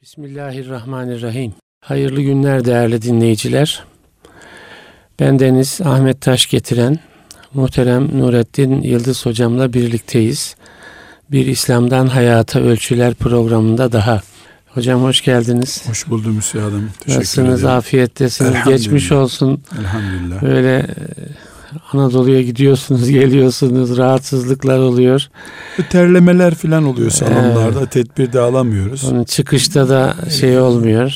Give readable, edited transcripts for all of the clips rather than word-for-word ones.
Bismillahirrahmanirrahim. Hayırlı günler değerli dinleyiciler. Ben Deniz Ahmet Taş getiren muhterem Nurettin Yıldız hocamla birlikteyiz. Bir İslam'dan Hayata Ölçüler programında daha. Hocam hoş geldiniz. Hoş buldum üstadım. Teşekkür Nasılsınız? ederim. Afiyettesiniz. Geçmiş olsun. Elhamdülillah. Böyle Anadolu'ya gidiyorsunuz, geliyorsunuz, rahatsızlıklar oluyor. Terlemeler falan oluyor salonlarda. Tedbir de alamıyoruz. Onun çıkışta da şey olmuyor.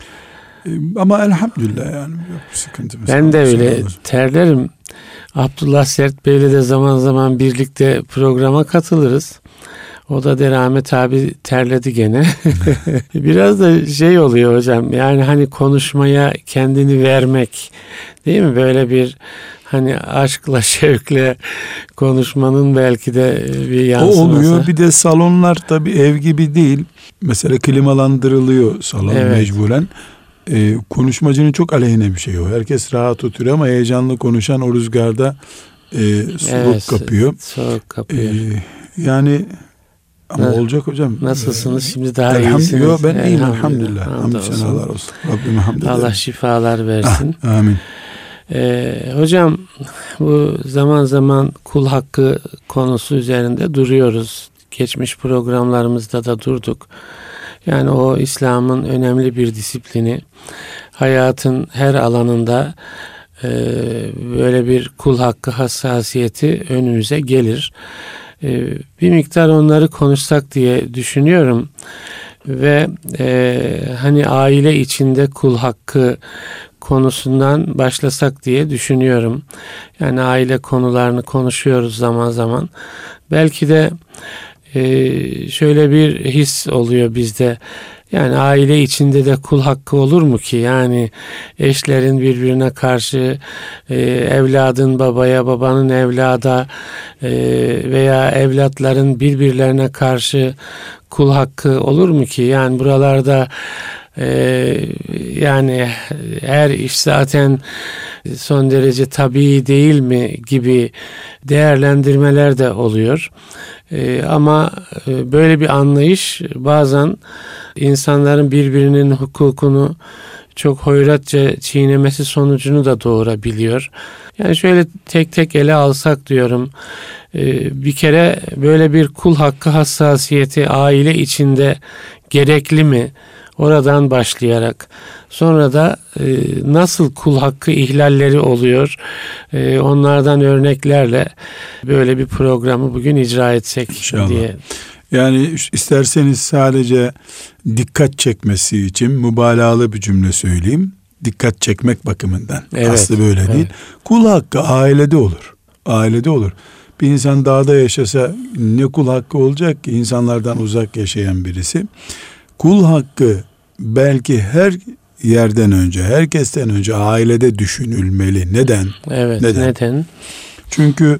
Ama elhamdülillah yani yok sıkıntımız. Ben de öyle terlerim. Abdullah Sert Bey'le de zaman zaman birlikte programa katılırız. O da der Ahmet abi terledi gene. Biraz da şey oluyor hocam. Yani hani konuşmaya kendini vermek, değil mi? Böyle bir hani aşkla, şevkle konuşmanın belki de bir yansıması. O oluyor. Bir de salonlar tabii ev gibi değil. Mesela klimalandırılıyor salon mecburen. Konuşmacının çok aleyhine bir şey o. Herkes rahat oturuyor ama heyecanlı konuşan o rüzgarda soğuk kapıyor. Soğuk kapıyor. Yani ama olacak hocam. Nasılsınız? Şimdi daha iyisiniz. Yok ben iyiyim elhamdülillah. Hamdü senalar olsun. Rabbime hamd ederim. Allah şifalar versin. Amin. Hocam bu zaman zaman kul hakkı konusu üzerinde duruyoruz. Geçmiş programlarımızda da durduk. Yani o İslam'ın önemli bir disiplini. Hayatın her alanında böyle bir kul hakkı hassasiyeti önümüze gelir. Bir miktar onları konuşsak diye düşünüyorum. Ve hani aile içinde kul hakkı konusundan başlasak diye düşünüyorum. Yani aile konularını konuşuyoruz zaman zaman. Belki de şöyle bir his oluyor bizde. Yani aile içinde de kul hakkı olur mu ki? Yani eşlerin birbirine karşı, evladın babaya, babanın evlada veya evlatların birbirlerine karşı kul hakkı olur mu ki? Yani buralarda yani her iş zaten son derece tabii değil mi gibi değerlendirmeler de oluyor. Ama böyle bir anlayış bazen insanların birbirinin hukukunu çok hoyratça çiğnemesi sonucunu da doğurabiliyor. Yani şöyle tek tek ele alsak diyorum. Bir kere böyle bir kul hakkı hassasiyeti aile içinde gerekli mi? Oradan başlayarak sonra da nasıl kul hakkı ihlalleri oluyor onlardan örneklerle böyle bir programı bugün icra etsek İnşallah diye. Yani isterseniz sadece dikkat çekmesi için mübalağalı bir cümle söyleyeyim. Dikkat çekmek bakımından. Evet, aslı böyle değil. Kul hakkı ailede olur. Ailede olur. Bir insan dağda yaşasa ne kul hakkı olacak ki, insanlardan uzak yaşayan birisi. Kul hakkı belki her yerden önce, herkesten önce ailede düşünülmeli. Neden? Evet, neden? Çünkü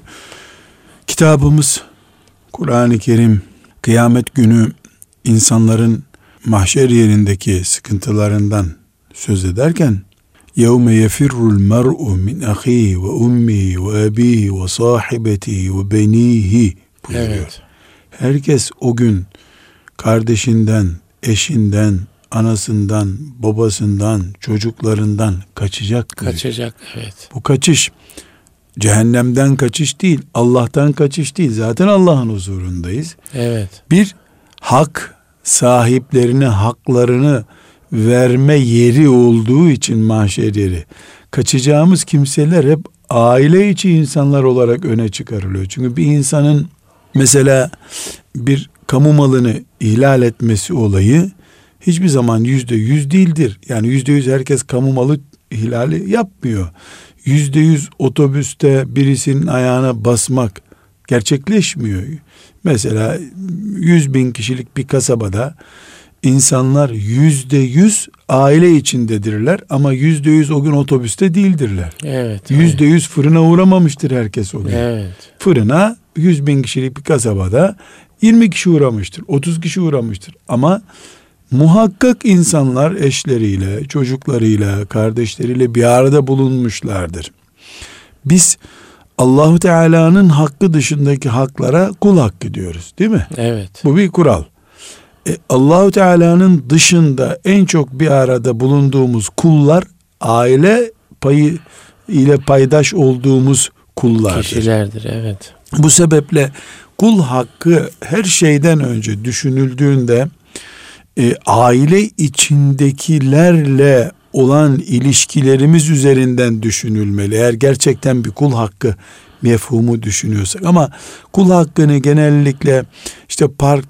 kitabımız Kur'an-ı Kerim kıyamet günü insanların mahşer yerindeki sıkıntılarından söz ederken يَوْمَ يَفِرُّ الْمَرْءُ مِنْ أَخِيهِ وَأُمِّهِ وَأَبِيهِ وَصَاحِبَتِهِ وَبَنِيهِ buyuruyor. Evet. Herkes o gün kardeşinden, eşinden, anasından, babasından, çocuklarından kaçacak. Kaçacak, evet. Bu kaçış cehennemden kaçış değil, Allah'tan kaçış değil. Zaten Allah'ın huzurundayız. Evet. Bir hak sahiplerine haklarını verme yeri olduğu için mahşer yeri. Kaçacağımız kimseler hep aile içi insanlar olarak öne çıkarılıyor. Çünkü bir insanın mesela bir kamu malını ihlal etmesi olayı hiçbir zaman %100 değildir. Yani %100 herkes kamu malı ihlali yapmıyor. %100 otobüste birisinin ayağına basmak gerçekleşmiyor. Mesela 100.000 kişilik bir kasabada insanlar %100 aile içindedirler ama %100 o gün otobüste değildirler. Evet. %100 fırına uğramamıştır herkes o gün. Evet. Fırına 100.000 kişilik bir kasabada 20 kişi uğramıştır, 30 kişi uğramıştır. Ama muhakkak insanlar eşleriyle, çocuklarıyla, kardeşleriyle bir arada bulunmuşlardır. Biz Allahu Teala'nın hakkı dışındaki haklara kul hakkı diyoruz, değil mi? Evet. Bu bir kural. Allahu Teala'nın dışında en çok bir arada bulunduğumuz kullar, aile payı ile paydaş olduğumuz kullardır. Kişilerdir, evet. Bu sebeple kul hakkı her şeyden önce düşünüldüğünde aile içindekilerle olan ilişkilerimiz üzerinden düşünülmeli. Eğer gerçekten bir kul hakkı mefhumu düşünüyorsak. Ama kul hakkını genellikle işte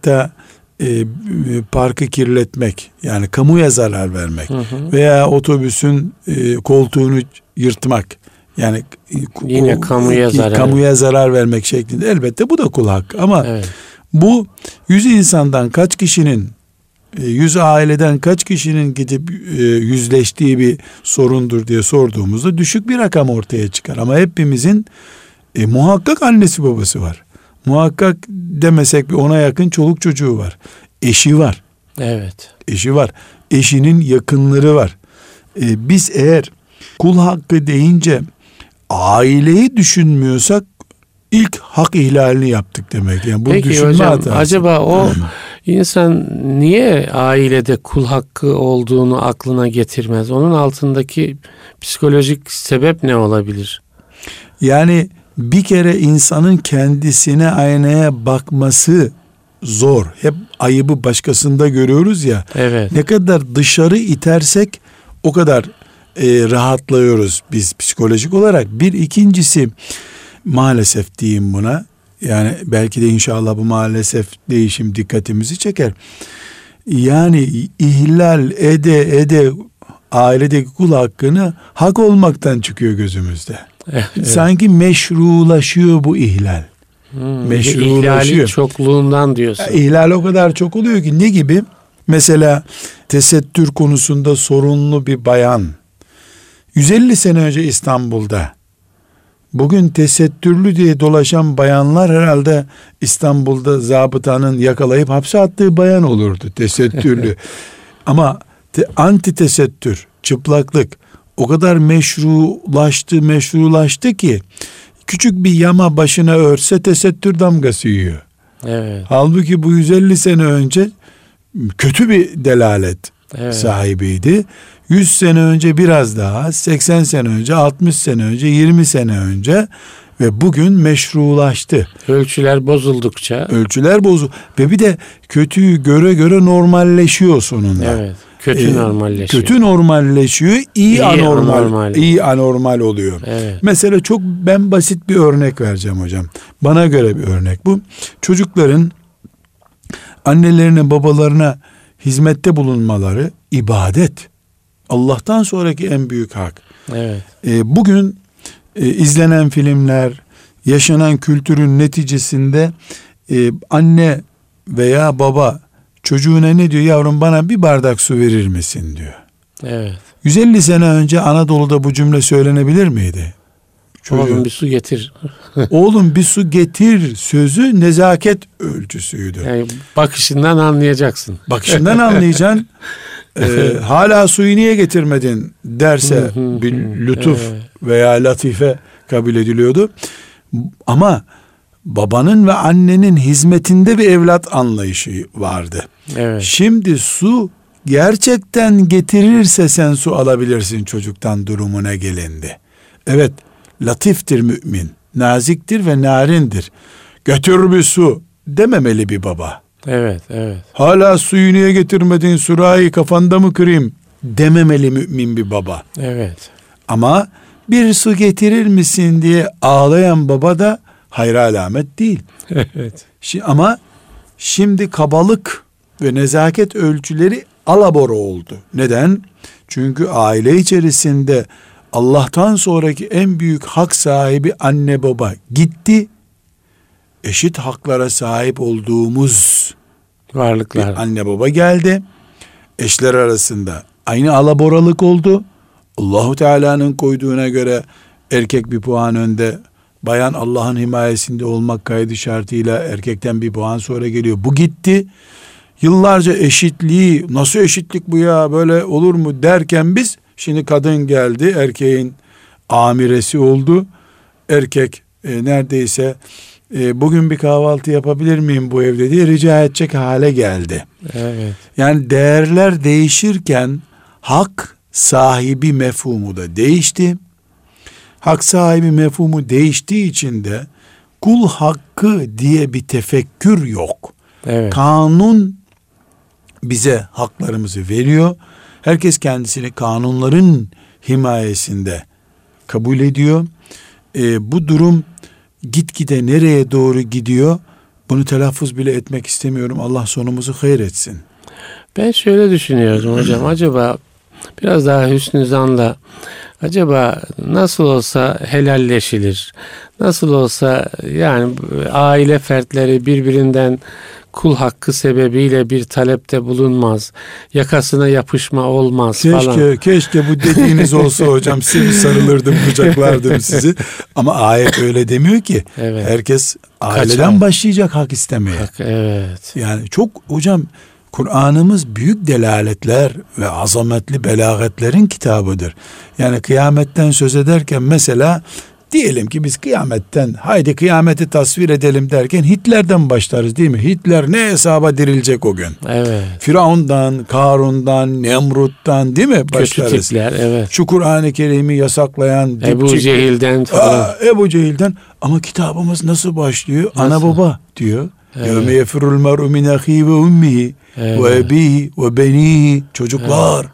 parkı kirletmek, yani kamuya zarar vermek veya otobüsün koltuğunu yırtmak, yani yine kamuya zarar vermek şeklinde, elbette bu da kul hakkı. Ama evet, bu 100 insandan kaç kişinin, 100 aileden kaç kişinin gidip yüzleştiği bir sorundur diye sorduğumuzda düşük bir rakam ortaya çıkar. Ama hepimizin muhakkak annesi babası var. Muhakkak demesek bir 10'a yakın çoluk çocuğu var. Eşi var. evet. Eşi var. Eşinin yakınları var. Biz eğer kul hakkı deyince aileyi düşünmüyorsak ilk hak ihlalini yaptık demek. Yani bu peki düşünme hocam, hatası. acaba o insan niye ailede kul hakkı olduğunu aklına getirmez? Onun altındaki psikolojik sebep ne olabilir? Yani bir kere insanın kendisine, aynaya bakması zor. Hep ayıbı başkasında görüyoruz ya. Evet. Ne kadar dışarı itersek o kadar rahatlıyoruz biz psikolojik olarak. Bir ikincisi, maalesef diyeyim buna. Yani belki de inşallah bu maalesef değişim dikkatimizi çeker. Yani ihlal ede ailedeki kul hakkını hak olmaktan çıkıyor gözümüzde. Evet. Sanki meşrulaşıyor bu ihlal. Meşrulaşıyor. İhlalin çokluğundan diyorsun. İhlal o kadar çok oluyor ki, ne gibi? Mesela tesettür konusunda sorunlu bir bayan 150 sene önce İstanbul'da, bugün tesettürlü diye dolaşan bayanlar herhalde İstanbul'da zabıtanın yakalayıp hapse attığı bayan olurdu, tesettürlü. Ama anti tesettür, çıplaklık o kadar meşrulaştı ki küçük bir yama başına örse tesettür damgası yiyor. Evet. Halbuki bu 150 sene önce kötü bir delalet sahibiydi. 100 sene önce biraz daha, 80 sene önce, 60 sene önce, 20 sene önce ve bugün meşrulaştı. Ölçüler bozuldukça. Ölçüler bozuldu ve bir de kötüyü göre göre normalleşiyor sonunda. Evet. Kötü normalleşiyor. Kötü normalleşiyor, iyi anormal oluyor. Evet. Mesela çok ben basit bir örnek vereceğim hocam. Bana göre bir örnek bu. Çocukların annelerine, babalarına hizmette bulunmaları ibadet. Allah'tan sonraki en büyük hak. Evet. Bugün izlenen filmler, yaşanan kültürün neticesinde anne veya baba çocuğuna ne diyor? Yavrum bana bir bardak su verir misin diyor. Evet. 150 sene önce Anadolu'da bu cümle söylenebilir miydi? Oğlum bir su getir. Oğlum bir su getir sözü nezaket ölçüsüydü. Yani bakışından anlayacaksın. Bakışından anlayacaksın. Hala suyu niye getirmedin derse bir lütuf veya latife kabul ediliyordu. Ama babanın ve annenin hizmetinde bir evlat anlayışı vardı. Evet. Şimdi su gerçekten getirirse sen su alabilirsin çocuktan durumuna gelindi. Evet, latiftir mümin, naziktir ve narindir. Götür bir su dememeli bir baba. Evet, evet. Hala suyu niye getirmedin, sürahi kafanda mı kırayım dememeli mümin bir baba. Evet. Ama bir su getirir misin diye ağlayan baba da hayra alamet değil. Evet. Ama şimdi kabalık ve nezaket ölçüleri alabora oldu. Neden? Çünkü aile içerisinde Allah'tan sonraki en büyük hak sahibi anne baba gitti. Eşit haklara sahip olduğumuz varlıklar, anne baba geldi. Eşler arasında aynı alaboralık oldu. Allahu Teala'nın koyduğuna göre erkek bir puan önde, bayan Allah'ın himayesinde olmak kaydı şartıyla erkekten bir puan sonra geliyor. Bu gitti. Yıllarca eşitliği, nasıl eşitlik bu ya, böyle olur mu derken biz şimdi kadın geldi, erkeğin amiresi oldu. Erkek neredeyse bugün bir kahvaltı yapabilir miyim bu evde diye rica edecek hale geldi. Evet. Yani değerler değişirken hak sahibi mefhumu da değişti. Hak sahibi mefhumu değiştiği için de kul hakkı diye bir tefekkür yok. Evet. Kanun bize haklarımızı veriyor. Herkes kendisini kanunların himayesinde kabul ediyor. Bu durum gitgide nereye doğru gidiyor? Bunu telaffuz bile etmek istemiyorum. Allah sonumuzu hayır etsin. Ben şöyle düşünüyorum hocam. Acaba biraz daha hüsnü zanla, acaba nasıl olsa helalleşilir? Nasıl olsa yani aile fertleri birbirinden kul hakkı sebebiyle bir talepte bulunmaz. Yakasına yapışma olmaz falan. Keşke bu dediğiniz olsa hocam. Size sarılırdım, kucaklardım sizi. Ama ayet öyle demiyor ki. Evet. Herkes aileden başlayacak hak istemeye. Evet. Yani çok hocam, Kur'an'ımız büyük delaletler ve azametli belagatlerin kitabıdır. Yani kıyametten söz ederken mesela diyelim ki biz kıyametten, haydi kıyameti tasvir edelim derken Hitler'den başlarız değil mi? Hitler ne hesaba dirilecek o gün? Evet. Firavun'dan, Karun'dan, Nemrut'tan değil mi başlarız? Kötü tipler, evet. Şu Kur'an-ı Kerim'i yasaklayan Ebu Cehil'den falan. Ebu Cehil'den. Ama kitabımız nasıl başlıyor? Nasıl? Ana baba diyor. Evet. Yevme yefirul mer'u min ahihi ve ummihi ve ebihi ve benihi. Çocuklar,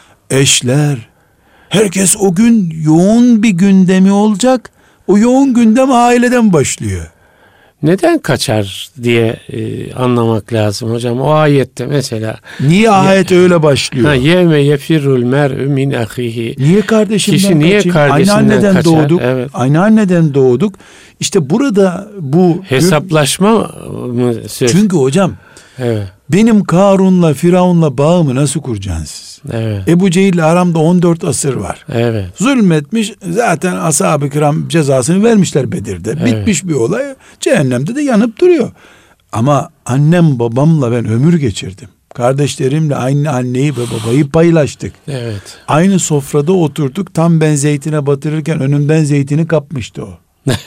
eşler. Herkes o gün yoğun bir gündemi olacak. O yoğun gündem aileden başlıyor. Neden kaçar diye anlamak lazım hocam. O ayette mesela. Niye ayet öyle başlıyor? Yevme yefirul mer'ü min ahihi. Niye kardeşimden Kişi niye kaçayım? kardeşinden Aynı anneden kaçar? doğduk. Evet. Aynı anneden doğduk. İşte burada bu Hesaplaşma mı söz? çünkü hocam Evet. benim Karun'la Firavun'la bağımı nasıl kuracaksınız siz? Evet. Ebu Cehil'le aramda 14 asır var. Evet. Zulmetmiş, zaten ashab-ı kiram cezasını vermişler Bedir'de. Evet. Bitmiş bir olay. Cehennemde de yanıp duruyor. Ama annem babamla ben ömür geçirdim. Kardeşlerimle aynı anneyi ve babayı paylaştık. Evet. Aynı sofrada oturduk. Tam ben zeytine batırırken önümden zeytini kapmıştı o.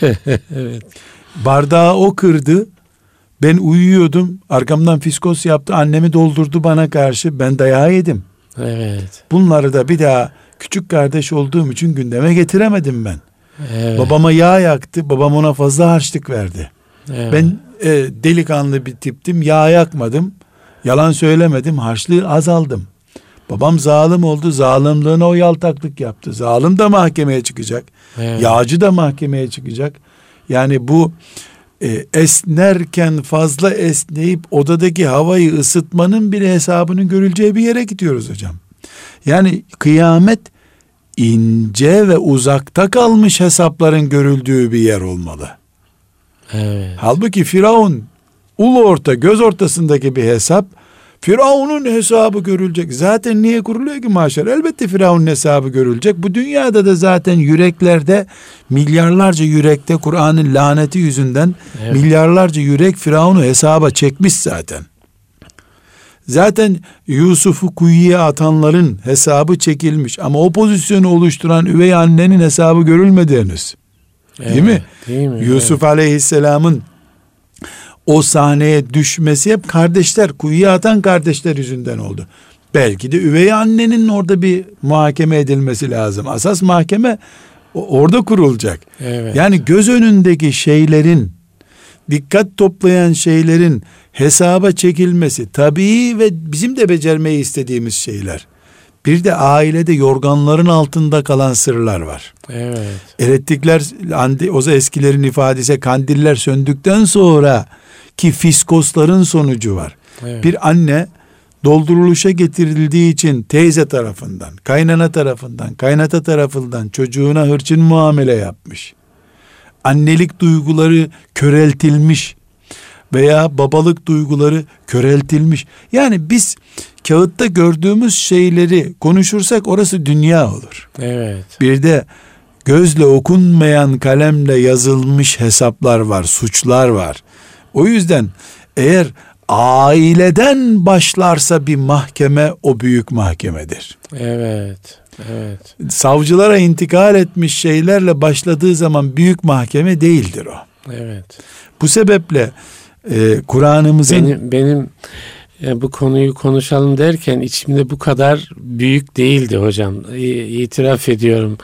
Evet. Bardağı o kırdı. Ben uyuyordum. Arkamdan fiskos yaptı. Annemi doldurdu bana karşı. Ben dayağı yedim. Evet. Bunları da bir daha küçük kardeş olduğum için gündeme getiremedim ben. Evet. Babama yağ yaktı. Babam ona fazla harçlık verdi. Evet. Ben delikanlı bir tiptim. Yağ yakmadım. Yalan söylemedim. Harçlığı azaldım. Babam zalim oldu. Zalimliğine o yaltaklık yaptı. Zalim de mahkemeye çıkacak. Evet. Yağcı da mahkemeye çıkacak. Yani bu esnerken fazla esneyip odadaki havayı ısıtmanın bile hesabının görüleceği bir yere gidiyoruz hocam. Yani kıyamet ince ve uzakta kalmış hesapların görüldüğü bir yer olmalı. Evet. Halbuki Firavun ulu orta, göz ortasındaki bir hesap, Firavun'un hesabı görülecek. Zaten niye kuruluyor ki mahşer? Elbette Firavun'un hesabı görülecek. Bu dünyada da zaten yüreklerde, milyarlarca yürekte Kur'an'ın laneti yüzünden milyarlarca yürek Firavun'u hesaba çekmiş zaten. Zaten Yusuf'u kuyuya atanların hesabı çekilmiş. Ama o pozisyonu oluşturan üvey annenin hesabı görülmedi henüz. Değil mi? Değil mi? Yusuf Aleyhisselam'ın o sahneye düşmesi hep kardeşler, kuyuya atan kardeşler yüzünden oldu. Belki de üvey annenin orada bir muhakeme edilmesi lazım. Asas mahkeme orada kurulacak. Evet. Yani göz önündeki şeylerin, dikkat toplayan şeylerin hesaba çekilmesi tabii ve bizim de becermeyi istediğimiz şeyler. Bir de ailede yorganların altında kalan sırlar var. Evet. Elektrikler, o eskilerin ifadesi kandiller söndükten sonra ki fiskosların sonucu var. Evet. Bir anne dolduruluşa getirildiği için teyze tarafından, kaynana tarafından, kaynata tarafından çocuğuna hırçın muamele yapmış. Annelik duyguları köreltilmiş veya babalık duyguları köreltilmiş. Yani biz kağıtta gördüğümüz şeyleri konuşursak orası dünya olur. Evet. Bir de gözle okunmayan kalemle yazılmış hesaplar var, suçlar var. O yüzden eğer aileden başlarsa bir mahkeme o büyük mahkemedir. Evet. Evet. Savcılara intikal etmiş şeylerle başladığı zaman büyük mahkeme değildir o. Evet. Bu sebeple Kur'an'ımızın benim bu konuyu konuşalım derken içimde bu kadar büyük değildi hocam. İtiraf ediyorum.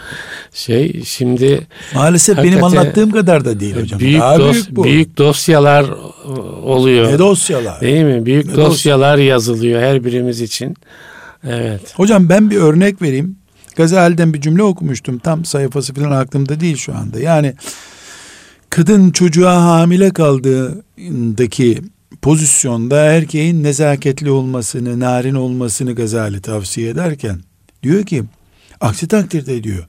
Şimdi maalesef benim anlattığım kadar da değil hocam. Büyük dosyalar oluyor. Ne dosyalar? Değil mi? Büyük dosyalar yazılıyor her birimiz için. Evet. Hocam ben bir örnek vereyim. Gazali'den bir cümle okumuştum. Tam sayfası falan aklımda değil şu anda. Yani kadın çocuğa hamile kaldığındaki pozisyonda erkeğin nezaketli olmasını, narin olmasını Gazali tavsiye ederken diyor ki aksi takdirde diyor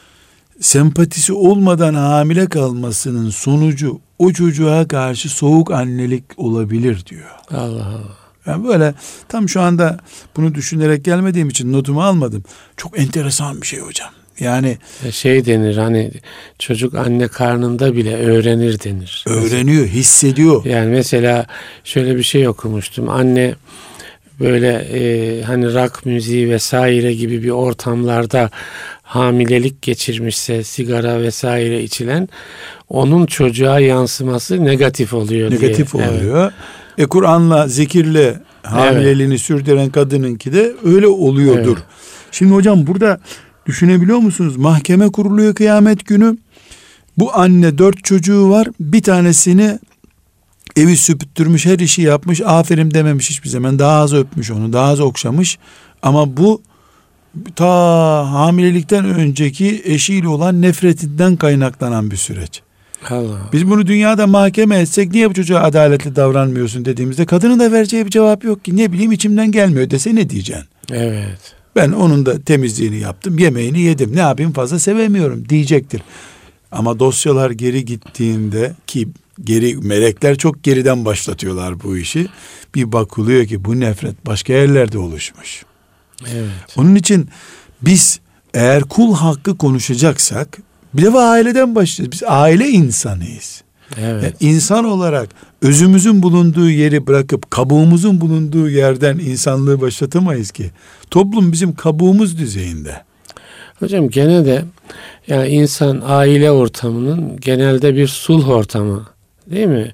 sempatisi olmadan hamile kalmasının sonucu o çocuğa karşı soğuk annelik olabilir diyor. Allah Allah. Yani böyle tam şu anda bunu düşünerek gelmediğim için notumu almadım. Çok enteresan bir şey hocam. Yani denir hani çocuk anne karnında bile öğrenir denir. Öğreniyor, hissediyor. Yani mesela şöyle bir şey okumuştum. Anne böyle hani rock müziği vesaire gibi bir ortamlarda hamilelik geçirmişse, sigara vesaire içilen, onun çocuğa yansıması negatif oluyor. Negatif diye. oluyor. Evet. Kur'an'la, zikirle hamileliğini sürdüren kadınınki de öyle oluyordur. Evet. Şimdi hocam burada düşünebiliyor musunuz? Mahkeme kuruluyor kıyamet günü. Bu anne 4 çocuğu var. Bir tanesini evi süpürtmüş, her işi yapmış. Aferin dememiş hiçbir zaman. Daha az öpmüş onu, daha az okşamış. Ama bu ta hamilelikten önceki eşiyle olan nefretinden kaynaklanan bir süreç. Allah. Biz bunu dünyada mahkeme etsek niye bu çocuğa adaletli davranmıyorsun dediğimizde kadının da vereceği bir cevap yok ki. Ne bileyim içimden gelmiyor dese ne diyeceksin? Evet. Ben onun da temizliğini yaptım, yemeğini yedim. Ne yapayım, fazla sevemiyorum diyecektir. Ama dosyalar geri gittiğinde ki melekler çok geriden başlatıyorlar bu işi. Bir bakılıyor ki bu nefret başka yerlerde oluşmuş. Evet. Onun için biz eğer kul hakkı konuşacaksak bir defa aileden başlayacağız. Biz aile insanıyız. Evet. Yani insan olarak özümüzün bulunduğu yeri bırakıp kabuğumuzun bulunduğu yerden insanlığı başlatamayız ki. Toplum bizim kabuğumuz düzeyinde. Hocam gene de yani insan aile ortamının genelde bir sulh ortamı değil mi?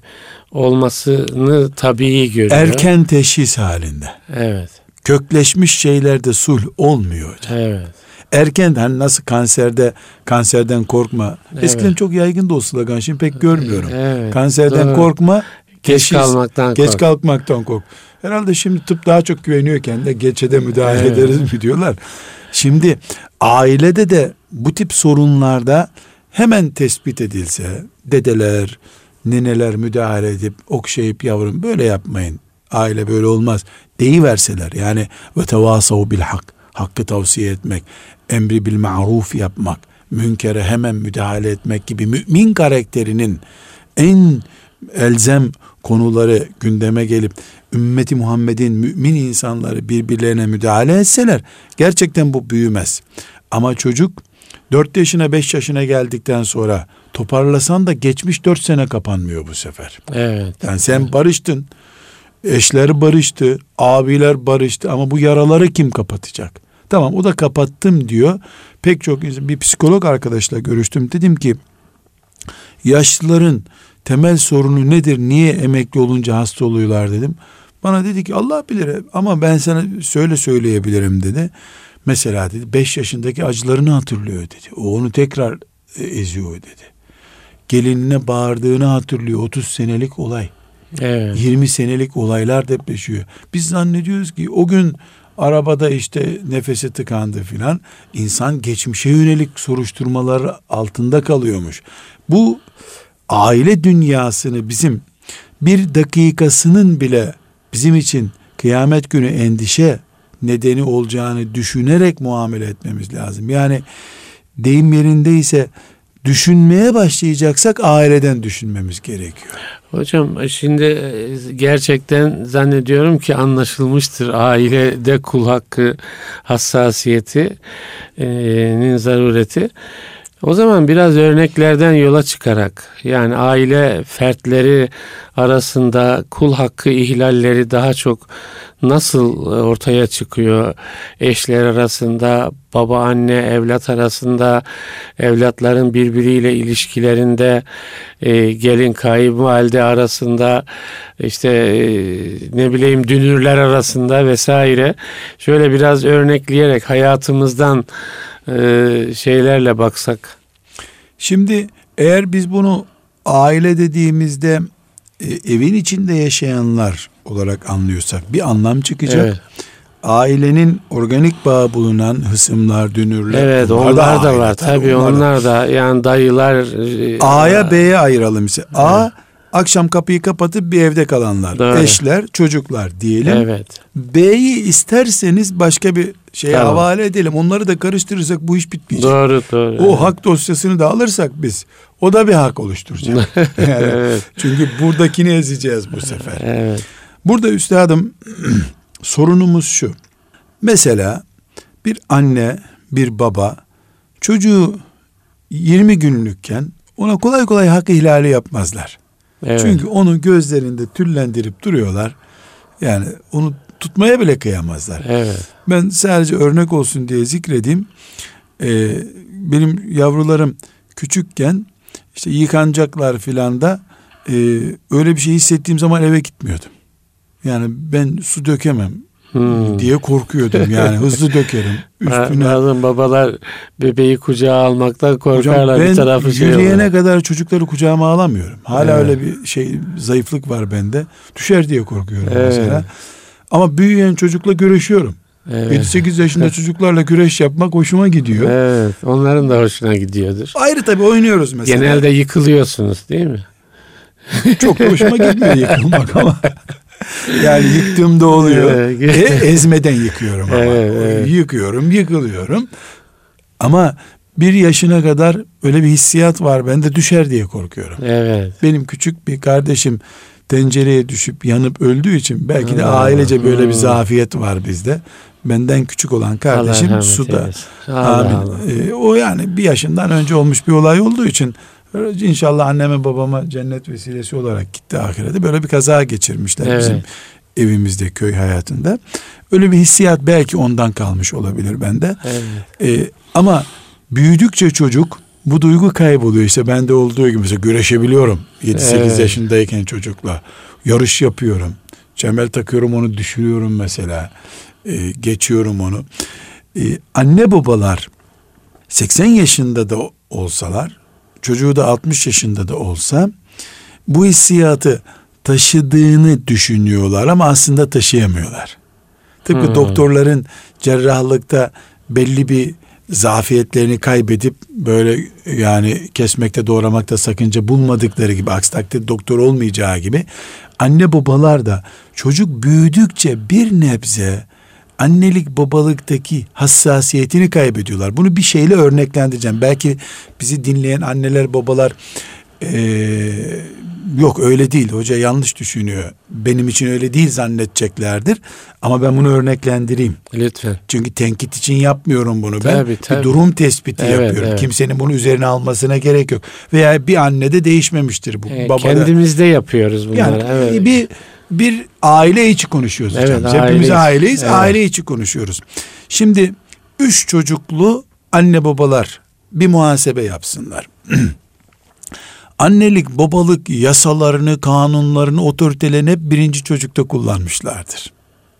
Olmasını tabii görüyor. Erken teşhis halinde. Evet. Kökleşmiş şeylerde sulh olmuyor hocam. Evet. Erken hani nasıl kanserden korkma. Evet. Eskiden çok yaygındı o slogan, şimdi pek görmüyorum. Evet, kanserden doğru. Korkma, geç kalkmaktan kork. Herhalde şimdi tıp daha çok güveniyor kendine, geçede müdahale ederiz mi diyorlar. Şimdi ailede de bu tip sorunlarda hemen tespit edilse, dedeler, nineler müdahale edip okşayıp yavrum böyle yapmayın, aile böyle olmaz deyiverseler, yani ve tevasav bil hak, hakkı tavsiye etmek, emri bil ma'ruf yapmak, münkere hemen müdahale etmek gibi mümin karakterinin en elzem konuları gündeme gelip ümmeti Muhammed'in mümin insanları birbirlerine müdahale etseler gerçekten bu büyümez. Ama çocuk 4 yaşına 5 yaşına geldikten sonra toparlasan da geçmiş 4 sene kapanmıyor bu sefer. Evet. Yani sen barıştın, eşler barıştı, abiler barıştı ama bu yaraları kim kapatacak? Tamam, o da kapattım diyor. Pek çok insan, bir psikolog arkadaşla görüştüm. Dedim ki yaşlıların temel sorunu nedir? Niye emekli olunca hasta oluyorlar dedim. Bana dedi ki Allah bilir ama ben sana söyleyebilirim dedi. Mesela dedi 5 yaşındaki acılarını hatırlıyor dedi. O onu tekrar eziyor dedi. Gelinine bağırdığını hatırlıyor. 30 senelik olay. Evet. 20 senelik olaylar depreşiyor. Biz zannediyoruz ki o gün arabada işte nefesi tıkandı filan. İnsan geçmişe yönelik soruşturmalar altında kalıyormuş. Bu aile dünyasını bizim bir dakikasının bile bizim için kıyamet günü endişe nedeni olacağını düşünerek muamele etmemiz lazım. Yani deyim yerindeyse düşünmeye başlayacaksak aileden düşünmemiz gerekiyor. Hocam şimdi gerçekten zannediyorum ki anlaşılmıştır ailede kul hakkı hassasiyetinin zarureti. O zaman biraz örneklerden yola çıkarak, yani aile fertleri arasında kul hakkı ihlalleri daha çok nasıl ortaya çıkıyor? Eşler arasında, baba anne evlat arasında, evlatların birbiriyle ilişkilerinde, gelin kayınvalide arasında, işte ne bileyim dünürler arasında vesaire. Şöyle biraz örnekleyerek hayatımızdan şeylerle baksak. Şimdi eğer biz bunu aile dediğimizde evin içinde yaşayanlar olarak anlıyorsak bir anlam çıkacak. Evet. Ailenin organik bağı bulunan hısımlar, dünürler. Evet, onlar da var. Tabii onlar da, yani dayılar. A'ya B'ye ayıralım ise. Evet. A, akşam kapıyı kapatıp bir evde kalanlar. Doğru. Eşler, çocuklar diyelim. Evet. B'yi isterseniz başka bir şeye havale edelim. Onları da karıştırırsak bu iş bitmeyecek. Doğru. O hak dosyasını da alırsak biz, o da bir hak oluşturacak. Yani evet. Çünkü buradakini ezeceğiz bu sefer. Evet. Burada üstadım sorunumuz şu. Mesela bir anne, bir baba çocuğu 20 günlükken ona kolay kolay hak ihlali yapmazlar. Evet. Çünkü onu gözlerinde tüllendirip duruyorlar. Yani onu tutmaya bile kıyamazlar. Evet. Ben sadece örnek olsun diye zikredeyim. Benim yavrularım küçükken işte yıkanacaklar filan da öyle bir şey hissettiğim zaman eve gitmiyordum. Yani ben su dökemem diye korkuyordum. Yani hızlı dökerim. Üstüne. Bazen babalar bebeği kucağa almaktan korkarlar. Hocam, bir tarafı şey yürüyene kadar çocukları kucağıma alamıyorum. Hala öyle bir zayıflık var bende. Düşer diye korkuyorum mesela. Ama büyüyen çocukla görüşüyorum. Evet. 7-8 yaşında çocuklarla güreş yapmak hoşuma gidiyor. Evet, onların da hoşuna gidiyordur. Ayrı tabii oynuyoruz mesela. Genelde yıkılıyorsunuz değil mi? Çok hoşuma gitmiyor yıkılmak ama. Yani yıktığımda oluyor. Ezmeden yıkıyorum ama. Evet. Yıkıyorum, yıkılıyorum. Ama 1 yaşına kadar öyle bir hissiyat var bende, düşer diye korkuyorum. Evet. Benim küçük bir kardeşim tencereye düşüp yanıp öldüğü için belki de ailece böyle bir zafiyet var bizde. Benden küçük olan kardeşim suda. Amin. O yani 1 yaşından önce olmuş bir olay olduğu için İnşallah anneme babama cennet vesilesi olarak gitti ahirete. Böyle bir kaza geçirmişler bizim evimizde, köy hayatında. Öyle bir hissiyat belki ondan kalmış olabilir bende. Evet. Ama büyüdükçe çocuk bu duygu kayboluyor. İşte bende olduğu gibi mesela güreşebiliyorum. 7-8 yaşındayken çocukla yarış yapıyorum. Çemel takıyorum, onu düşürüyorum mesela. Geçiyorum onu. Anne babalar 80 yaşında da olsalar, çocuğu da 60 yaşında da olsa bu hissiyatı taşıdığını düşünüyorlar ama aslında taşıyamıyorlar. Tıpkı doktorların cerrahlıkta belli bir zafiyetlerini kaybedip böyle yani kesmekte doğramakta sakınca bulmadıkları gibi, aksi takdirde doktor olmayacağı gibi, anne babalar da çocuk büyüdükçe bir nebze annelik babalıktaki hassasiyetini kaybediyorlar. Bunu bir şeyle örneklendireceğim. Belki bizi dinleyen anneler babalar yok öyle değil, hoca yanlış düşünüyor, benim için öyle değil zannedeceklerdir. Ama ben bunu örneklendireyim. Lütfen. Çünkü tenkit için yapmıyorum bunu ben. Tabii. Bir durum tespiti yapıyorum. Evet. Kimsenin bunu üzerine almasına gerek yok. Veya bir annede değişmemiştir bu. Babada. Kendimizde yapıyoruz bunları. Yani bir aile içi konuşuyoruz hocam. Hepimiz aileyiz. Evet. Aile içi konuşuyoruz. Şimdi 3 çocuklu anne babalar bir muhasebe yapsınlar. Annelik babalık yasalarını, kanunlarını, otoritelerini hep 1. çocukta kullanmışlardır.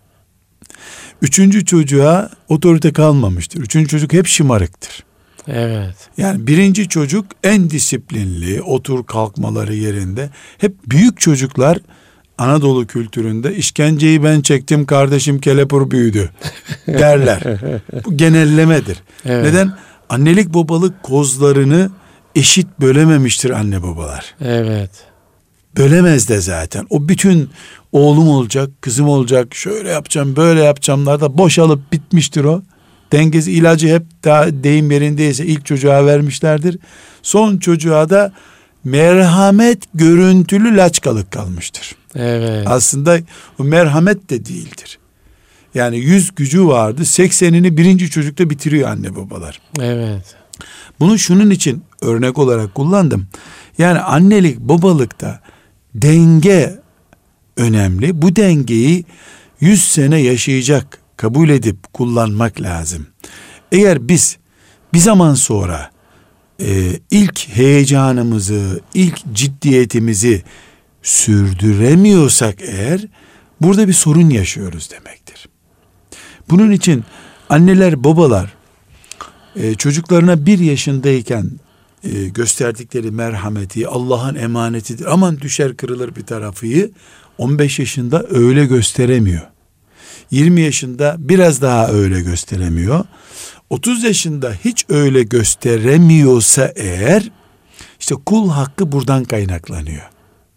3. çocuğa otorite kalmamıştır. 3. çocuk hep şımarıktır. Evet. Yani 1. çocuk en disiplinli, otur kalkmaları yerinde. Hep büyük çocuklar Anadolu kültüründe işkenceyi ben çektim, kardeşim kelepur büyüdü derler. Bu genellemedir. Evet. Neden? Annelik babalık kozlarını eşit bölememiştir anne babalar. Evet. Bölemez de zaten. O bütün oğlum olacak, kızım olacak, şöyle yapacağım, böyle yapacağımlar da boşalıp bitmiştir o. Dengesi, ilacı hep daha deyim yerindeyse ilk çocuğa vermişlerdir. Son çocuğa da merhamet görüntülü laçkalık kalmıştır. Evet. Aslında o merhamet de değildir. Yani 100 gücü vardı, 80'ini 1. çocukta bitiriyor anne babalar. Evet. Bunu şunun için örnek olarak kullandım. Yani annelik babalıkta denge önemli. Bu dengeyi 100 sene yaşayacak kabul edip kullanmak lazım. Eğer biz bir zaman sonra ilk heyecanımızı, ilk ciddiyetimizi sürdüremiyorsak eğer, burada bir sorun yaşıyoruz demektir. Bunun için anneler, babalar çocuklarına 1 yaşındayken gösterdikleri merhameti, Allah'ın emanetidir, aman düşer kırılır bir tarafıyı 15 yaşında öyle gösteremiyor. 20 yaşında biraz daha öyle gösteremiyor. 30 yaşında hiç öyle gösteremiyorsa eğer, işte kul hakkı buradan kaynaklanıyor.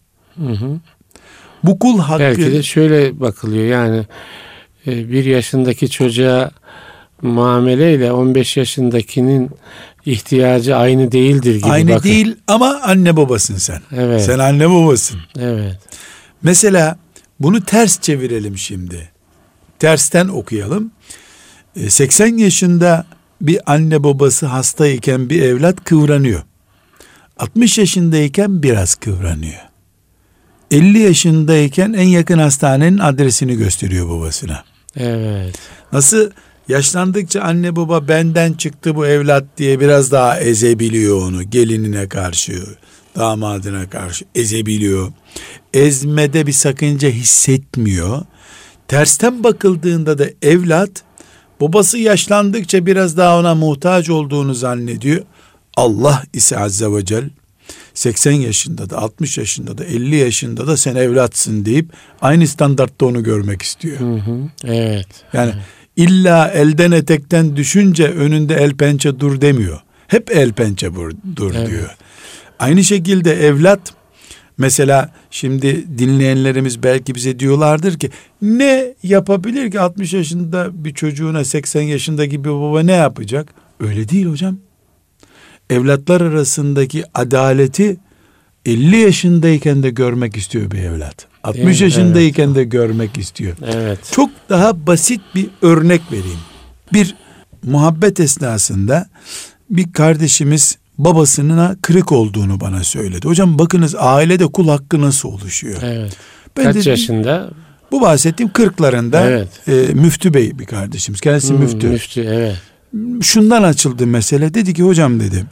Bu kul hakkı... Belki de şöyle bakılıyor, yani 1 yaşındaki çocuğa muameleyle 15 yaşındakinin ihtiyacı aynı değildir gibi. Aynı bakın. değil ama anne babasın sen. Evet. Sen anne babasın. Evet. Mesela bunu ters çevirelim şimdi. Tersten okuyalım. 80 yaşında bir anne babası hastayken bir evlat kıvranıyor. 60 yaşındayken biraz kıvranıyor. 50 yaşındayken en yakın hastanenin adresini gösteriyor babasına. Evet. Nasıl yaşlandıkça anne baba benden çıktı bu evlat diye biraz daha ezebiliyor onu. Gelinine karşı, damadına karşı ezebiliyor. Ezmede bir sakınca hissetmiyor. Tersten bakıldığında da evlat babası yaşlandıkça biraz daha ona muhtaç olduğunu zannediyor. Allah ise azze ve celle 80 yaşında da 60 yaşında da 50 yaşında da sen evlatsın deyip aynı standartta onu görmek istiyor. Evet. Yani illa elden etekten düşünce önünde el pençe dur demiyor. Hep el pençe dur diyor. Aynı şekilde evlat, mesela şimdi dinleyenlerimiz belki bize diyorlardır ki ne yapabilir ki 60 yaşında bir çocuğuna 80 yaşındaki bir baba ne yapacak? Öyle değil hocam. Evlatlar arasındaki adaleti 50 yaşındayken de görmek istiyor bir evlat. 60 yaşındayken de görmek istiyor. Evet. Çok daha basit bir örnek vereyim. Bir muhabbet esnasında bir kardeşimiz babasına kırık olduğunu bana söyledi. Hocam bakınız ailede kul hakkı nasıl oluşuyor? Evet. Ben Kaç dedim, yaşında? Bu bahsettiğim 40'larında Evet. Müftü Bey bir kardeşimiz. Kendisi müftü. Müftü, evet. Şundan açıldı mesele. Dedi ki hocam dedi,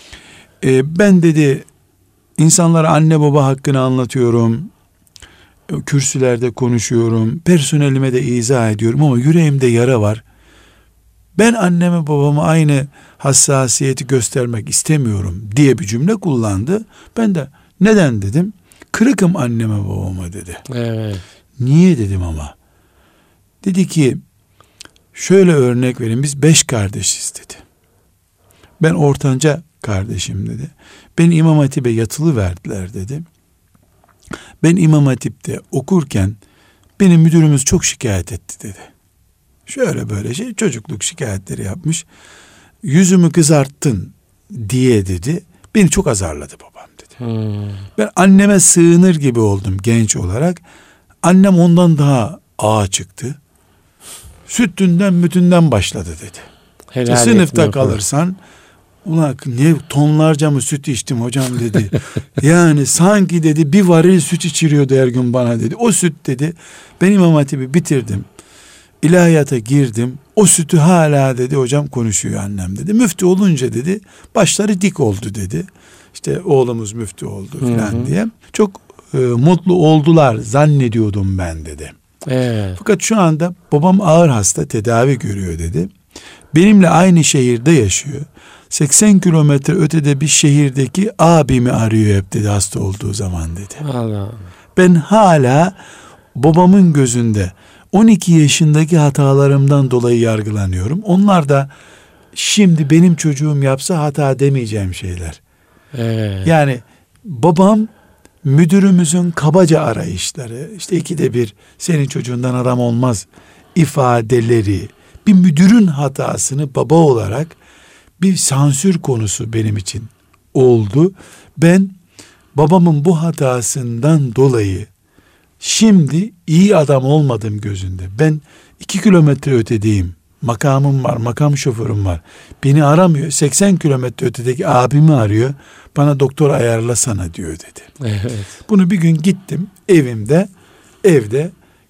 ben dedi insanlara anne baba hakkını anlatıyorum. Kürsülerde konuşuyorum. Personelime de izah ediyorum ama yüreğimde yara var. Ben anneme babama aynı hassasiyeti göstermek istemiyorum diye bir cümle kullandı. Ben de neden dedim? Kırıkım anneme babama dedi. Evet. Niye dedim ama? Dedi ki şöyle örnek vereyim, biz 5 kardeşiz dedi. Ben ortanca kardeşim dedi. Beni İmam Hatip'e yatılı verdiler dedi. Ben İmam Hatip'te okurken benim müdürümüz çok şikayet etti dedi. Şöyle böyle çocukluk şikayetleri yapmış. Yüzümü kızarttın diye dedi. Beni çok azarladı babam dedi. Ben anneme sığınır gibi oldum genç olarak. Annem ondan daha ağa çıktı. Sütünden mütünden başladı dedi. Sınıfta kalırsan ulan ne tonlarca mı süt içtim hocam dedi. Yani sanki dedi bir varil süt içiriyordu her gün bana dedi. O süt dedi. Ben İmam Hatip'i bitirdim. İlahiyata girdim. O sütü hala dedi hocam konuşuyor annem dedi. Müftü olunca dedi başları dik oldu dedi. İşte oğlumuz müftü oldu filan diye. Çok mutlu oldular zannediyordum ben dedi. Evet. Fakat şu anda babam ağır hasta, tedavi görüyor dedi. Benimle aynı şehirde yaşıyor. 80 kilometre ötede bir şehirdeki abimi arıyor hep dedi hasta olduğu zaman dedi. Allah. Ben hala babamın gözünde 12 yaşındaki hatalarımdan dolayı yargılanıyorum. Onlar da şimdi benim çocuğum yapsa hata demeyeceğim şeyler. Evet. Yani babam müdürümüzün kabaca arayışları, işte 2'de 1 senin çocuğundan adam olmaz ifadeleri, bir müdürün hatasını baba olarak bir sansür konusu benim için oldu. Ben babamın bu hatasından dolayı şimdi iyi adam olmadım gözünde. Ben 2 kilometre ötedeyim. Makamım var, makam şoförüm var. Beni aramıyor. 80 kilometre ötedeki abimi arıyor. Bana doktor ayarlasana diyor dedi. Evet. Bunu bir gün gittim evde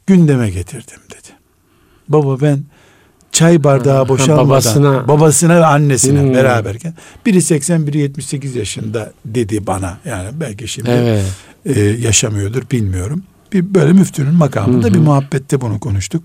gündeme getirdim dedi. Baba ben çay bardağı boşalmadan babasına ve annesine beraberken biri 80 biri 78 yaşında dedi bana. Yani belki şimdi yaşamıyordur bilmiyorum. Bir böyle müftünün makamında bir muhabbette bunu konuştuk.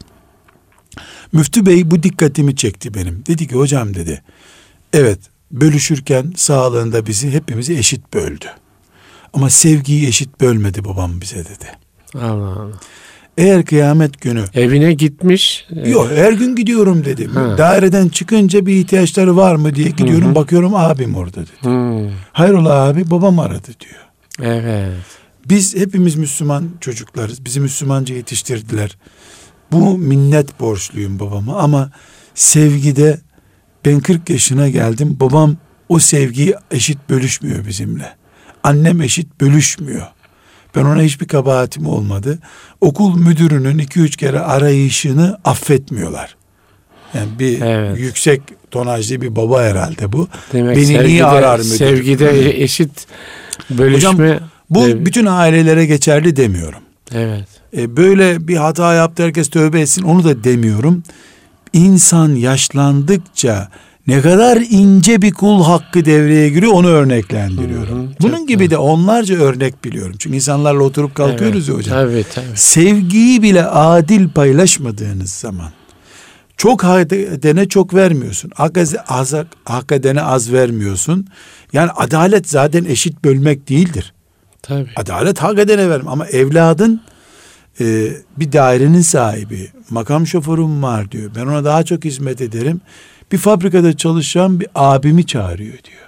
Müftü bey bu dikkatimi çekti benim. Dedi ki hocam dedi, evet bölüşürken sağlığında bizi hepimizi eşit böldü. Ama sevgiyi eşit bölmedi babam bize dedi. Allah Allah. Eğer kıyamet günü evine gitmiş. Yok her gün gidiyorum dedi. Daireden çıkınca bir ihtiyaçları var mı diye gidiyorum. Bakıyorum abim orada dedi. Hayrola abi, babam aradı diyor. Evet. Biz hepimiz Müslüman çocuklarız. Bizi Müslümanca yetiştirdiler. Bu minnet borçluyum babama ama sevgide ben 40 yaşına geldim. Babam o sevgiyi eşit bölüşmüyor bizimle. Annem eşit bölüşmüyor. Ben ona hiçbir kabahatim olmadı. Okul müdürünün 2-3 kere arayışını affetmiyorlar. Yani bir yüksek tonajlı bir baba herhalde bu. Demek beni niye arar müdür? Sevgide eşit bölüşme. Hocam, bu bütün ailelere geçerli demiyorum. Evet. Böyle bir hata yaptı herkes tövbe etsin onu da demiyorum. İnsan yaşlandıkça ne kadar ince bir kul hakkı devreye giriyor onu örneklendiriyorum. Bunun gibi de onlarca örnek biliyorum. Çünkü insanlarla oturup kalkıyoruz ya hocam. Tabii. Sevgiyi bile adil paylaşmadığınız zaman çok hak edene çok vermiyorsun. Hak edene az vermiyorsun. Yani adalet zaten eşit bölmek değildir. Tabii. Adalet hak edene verim ama evladın bir dairenin sahibi, makam şoförüm var diyor. Ben ona daha çok hizmet ederim. Bir fabrikada çalışan bir abimi çağırıyor diyor.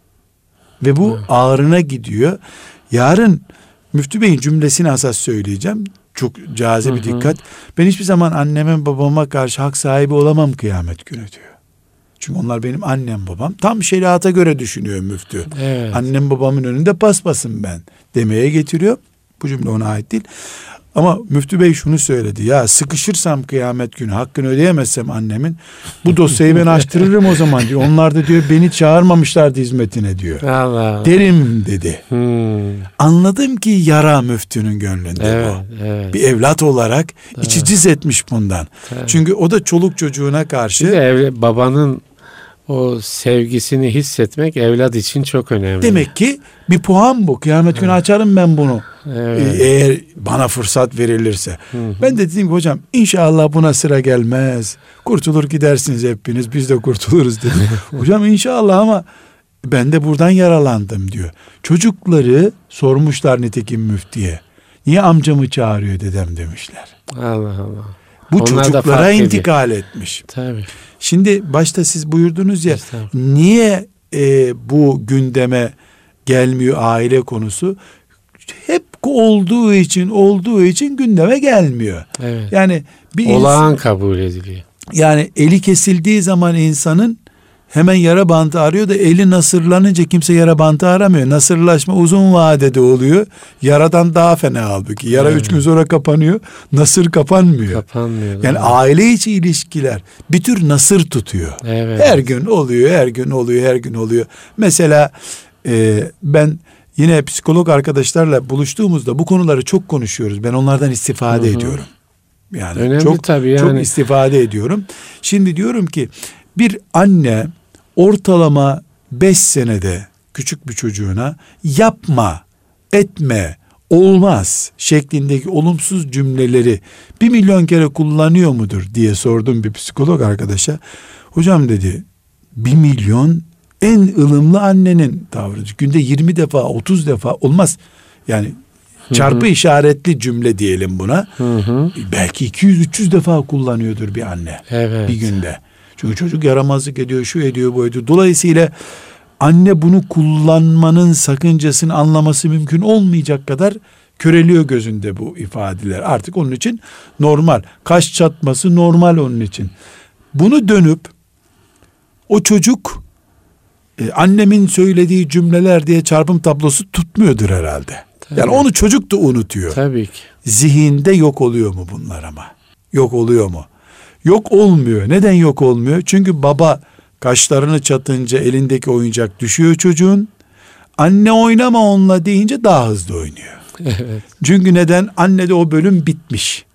Ve bu ağrına gidiyor. Yarın Müftü Bey'in cümlesini asas söyleyeceğim. Çok cazip bir dikkat. Ben hiçbir zaman anneme babama karşı hak sahibi olamam kıyamet günü diyor. Çünkü onlar benim annem babam. Tam şeriata göre düşünüyor müftü. Evet. Annem babamın önünde paspasım ben demeye getiriyor. Bu cümle ona ait değil. Ama müftü bey şunu söyledi. Ya sıkışırsam kıyamet günü hakkını ödeyemezsem annemin bu dosyayı ben açtırırım o zaman diyor. Onlar da diyor beni çağırmamışlardı hizmetine diyor. Allah. Derim dedi. Anladım ki yara müftünün gönlünde bu. Evet. Bir evlat olarak içi cız etmiş bundan. Evet. Çünkü o da çoluk çocuğuna karşı. Babanın o sevgisini hissetmek evlat için çok önemli. Demek ki bir puan bu. Kıyamet günü açarım ben bunu. Evet. Eğer bana fırsat verilirse. Ben de dedim ki hocam inşallah buna sıra gelmez. Kurtulur gidersiniz hepiniz. Biz de kurtuluruz dedim. Hocam inşallah ama ben de buradan yaralandım diyor. Çocukları sormuşlar nitekim müftiye. Niye amcamı çağırıyor dedem demişler. Allah Allah. Bu onlar çocuklara intikal etmiş. Tabii. Şimdi başta siz buyurdunuz ya niye bu gündeme gelmiyor aile konusu? Hep olduğu için gündeme gelmiyor. Evet. Yani olağan kabul ediliyor. Yani eli kesildiği zaman insanın hemen yara bandı arıyor da eli nasırlanınca kimse yara bandı aramıyor. Nasırlaşma uzun vadede oluyor. Yaradan daha fena halbuki. Yara 3 gün sonra kapanıyor. Nasır kapanmıyor. Yani aile içi ilişkiler bir tür nasır tutuyor. Evet. Her gün oluyor. Mesela ben yine psikolog arkadaşlarla buluştuğumuzda bu konuları çok konuşuyoruz. Ben onlardan istifade ediyorum. Yani önemli çok tabii çok istifade ediyorum. Şimdi diyorum ki bir anne ortalama 5 senede küçük bir çocuğuna yapma, etme, olmaz şeklindeki olumsuz cümleleri 1 milyon kere kullanıyor mudur diye sordum bir psikolog arkadaşa. Hocam dedi 1 milyon en ılımlı annenin tavrı. Günde 20 defa 30 defa olmaz. Yani çarpı işaretli cümle diyelim buna. Belki 200-300 defa kullanıyordur bir anne bir günde. Çünkü çocuk yaramazlık ediyor, şu ediyor, bu ediyor. Dolayısıyla anne bunu kullanmanın sakıncasını anlaması mümkün olmayacak kadar köreliyor gözünde bu ifadeler. Artık onun için normal. Kaş çatması normal onun için. Bunu dönüp o çocuk annemin söylediği cümleler diye çarpım tablosu tutmuyordur herhalde. Tabii. Yani onu çocuk da unutuyor. Tabii ki. Zihinde yok oluyor mu bunlar ama? Yok oluyor mu? Yok olmuyor. Neden yok olmuyor? Çünkü baba kaşlarını çatınca elindeki oyuncak düşüyor çocuğun. Anne oynama onunla deyince daha hızlı oynuyor. Evet. Çünkü neden? Annede o bölüm bitmiş.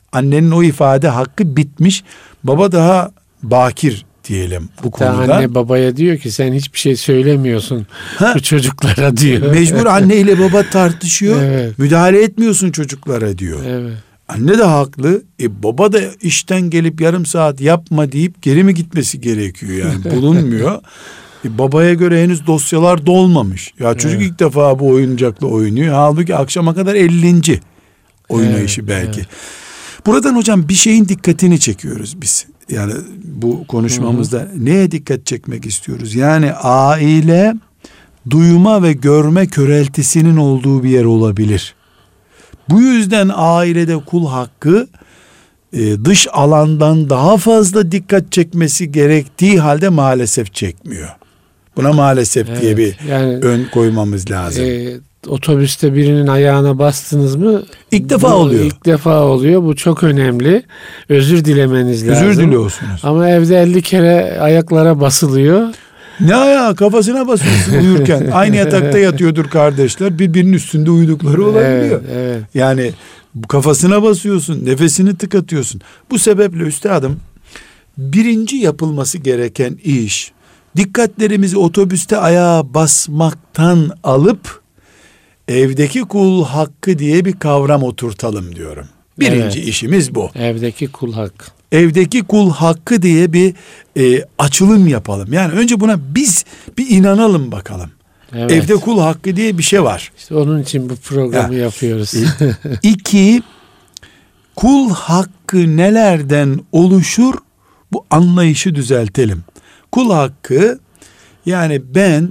Annenin o ifade hakkı bitmiş. Baba daha bakir diyelim bu konuda. Anne babaya diyor ki sen hiçbir şey söylemiyorsun bu çocuklara diyor. Mecbur anne ile baba tartışıyor. Evet. Müdahale etmiyorsun çocuklara diyor. Evet. Anne de haklı. Baba da işten gelip yarım saat yapma deyip geri mi gitmesi gerekiyor yani bulunmuyor. Babaya göre henüz dosyalar dolmamış. Ya çocuk ilk defa bu oyuncakla oynuyor. Halbuki akşama kadar 50. oynayışı belki. Evet. Buradan hocam bir şeyin dikkatini çekiyoruz biz. Yani bu konuşmamızda neye dikkat çekmek istiyoruz? Yani aile duyma ve görme köreltisinin olduğu bir yer olabilir. Bu yüzden ailede kul hakkı dış alandan daha fazla dikkat çekmesi gerektiği halde maalesef çekmiyor. Buna maalesef diye bir ön koymamız lazım. Otobüste birinin ayağına bastınız mı? İlk defa oluyor. İlk defa oluyor. Bu çok önemli. Özür dilemeniz lazım. Özür diliyorsunuz. Ama evde 50 kere ayaklara basılıyor. Ne ayağı, kafasına basıyorsun uyurken. Aynı yatakta yatıyordur kardeşler. Birbirinin üstünde uyudukları olabiliyor. Evet. Yani kafasına basıyorsun, nefesini tıkatıyorsun. Bu sebeple üstadım birinci yapılması gereken iş, dikkatlerimizi otobüste ayağa basmaktan alıp evdeki kul hakkı diye bir kavram oturtalım diyorum. Birinci işimiz bu. Evdeki kul hakkı. Evdeki kul hakkı diye bir açılım yapalım. Yani önce buna biz bir inanalım bakalım. Evet. Evde kul hakkı diye bir şey var. İşte onun için bu programı yapıyoruz. 2, kul hakkı nelerden oluşur? Bu anlayışı düzeltelim. Kul hakkı yani ben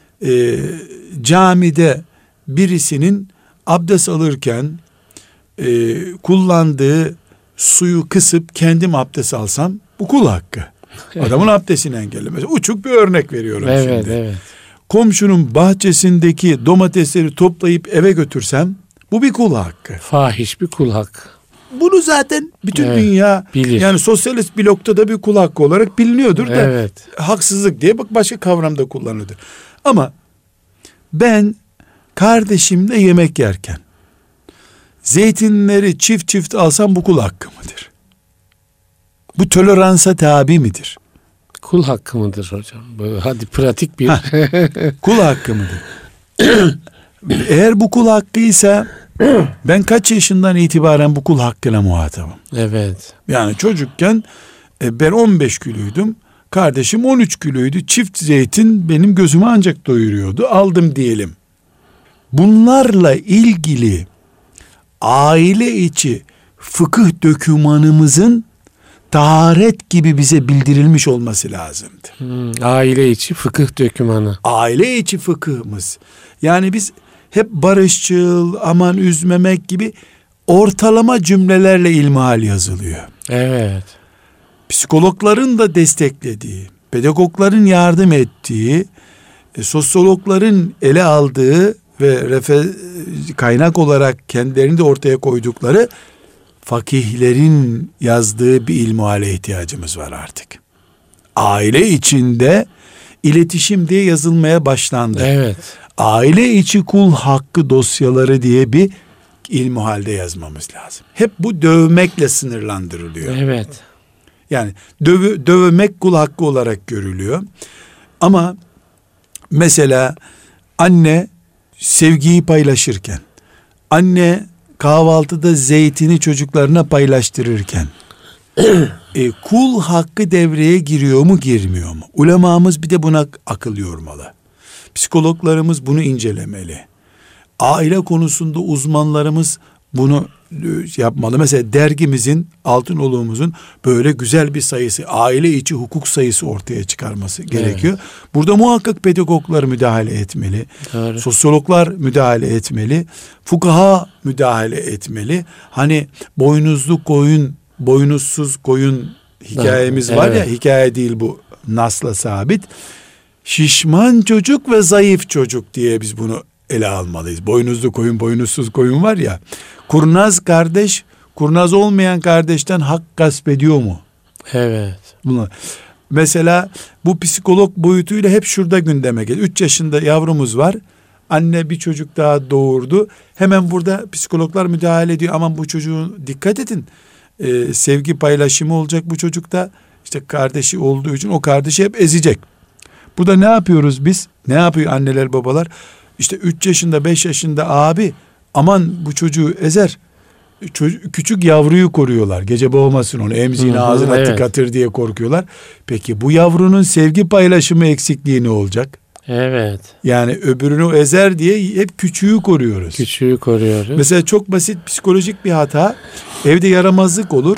camide birisinin abdest alırken kullandığı suyu kısıp kendim abdest alsam bu kul hakkı. Adamın abdestini engellemesi. Uçuk bir örnek veriyorum şimdi. Evet. Komşunun bahçesindeki domatesleri toplayıp eve götürsem bu bir kul hakkı. Fahiş bir kul hakkı. Bunu zaten bütün dünya bilir. Yani sosyalist blokta da bir kul hakkı olarak biliniyordur da haksızlık diye başka kavramda kullanılır. Ama ben kardeşimle yemek yerken zeytinleri çift çift alsam bu kul hakkı mıdır? Bu toleransa tabi midir? Kul hakkı mıdır hocam? Hadi pratik bir. Kul hakkı mıdır? Eğer bu kul hakkıysa ben kaç yaşından itibaren bu kul hakkıyla muhatabım? Evet. Yani çocukken ben 15 kiloydum. Kardeşim 13 kiloydu. Çift zeytin benim gözümü ancak doyuruyordu. Aldım diyelim. Bunlarla ilgili aile içi fıkıh dokümanımızın taharet gibi bize bildirilmiş olması lazımdı. Aile içi fıkıh dokümanı. Aile içi fıkıhımız. Yani biz hep barışçıl, aman üzmemek gibi ortalama cümlelerle ilmihal yazılıyor. Evet. Psikologların da desteklediği, pedagogların yardım ettiği, sosyologların ele aldığı ve kaynak olarak kendilerini de ortaya koydukları fakihlerin yazdığı bir ilmihale ihtiyacımız var artık. Aile içinde iletişim diye yazılmaya başlandı. Evet. Aile içi kul hakkı dosyaları diye bir ilmihalde yazmamız lazım. Hep bu dövmekle sınırlandırılıyor. Evet. Yani dövmek kul hakkı olarak görülüyor. Ama mesela anne sevgiyi paylaşırken, anne kahvaltıda zeytini çocuklarına paylaştırırken kul hakkı devreye giriyor mu girmiyor mu? Ulemamız bir de buna akıl yormalı. Psikologlarımız bunu incelemeli. Aile konusunda uzmanlarımız bunu yapmalı. Mesela dergimizin, Altınoluk'umuzun böyle güzel bir sayısı, aile içi hukuk sayısı ortaya çıkarması gerekiyor. Burada muhakkak pedagoglar müdahale etmeli. Doğru. Sosyologlar müdahale etmeli. Fukaha müdahale etmeli. Hani boynuzlu koyun, boynuzsuz koyun hikayemiz var ya, hikaye değil bu, nasla sabit. Şişman çocuk ve zayıf çocuk diye biz bunu ele almalıyız. Boynuzlu koyun, boynuzsuz koyun var ya. Kurnaz kardeş, kurnaz olmayan kardeşten hak gasp ediyor mu? Evet. Bunlar. Mesela bu psikolog boyutuyla hep şurada gündeme geliyor. 3 yaşında yavrumuz var. Anne bir çocuk daha doğurdu. Hemen burada psikologlar müdahale ediyor. Aman bu çocuğun dikkat edin. sevgi paylaşımı olacak bu çocukta. İşte kardeşi olduğu için o kardeşi hep ezecek. Bu da ne yapıyoruz biz? Ne yapıyor anneler babalar? İşte 3 yaşında 5 yaşında abi aman bu çocuğu ezer. Küçük yavruyu koruyorlar. Gece boğmasın onu, emziğini ağzına tıkatır diye korkuyorlar. Peki bu yavrunun sevgi paylaşımı eksikliği ne olacak? Evet. Yani öbürünü ezer diye hep küçüğü koruyoruz. Küçüğü koruyoruz. Mesela çok basit psikolojik bir hata. Evde yaramazlık olur.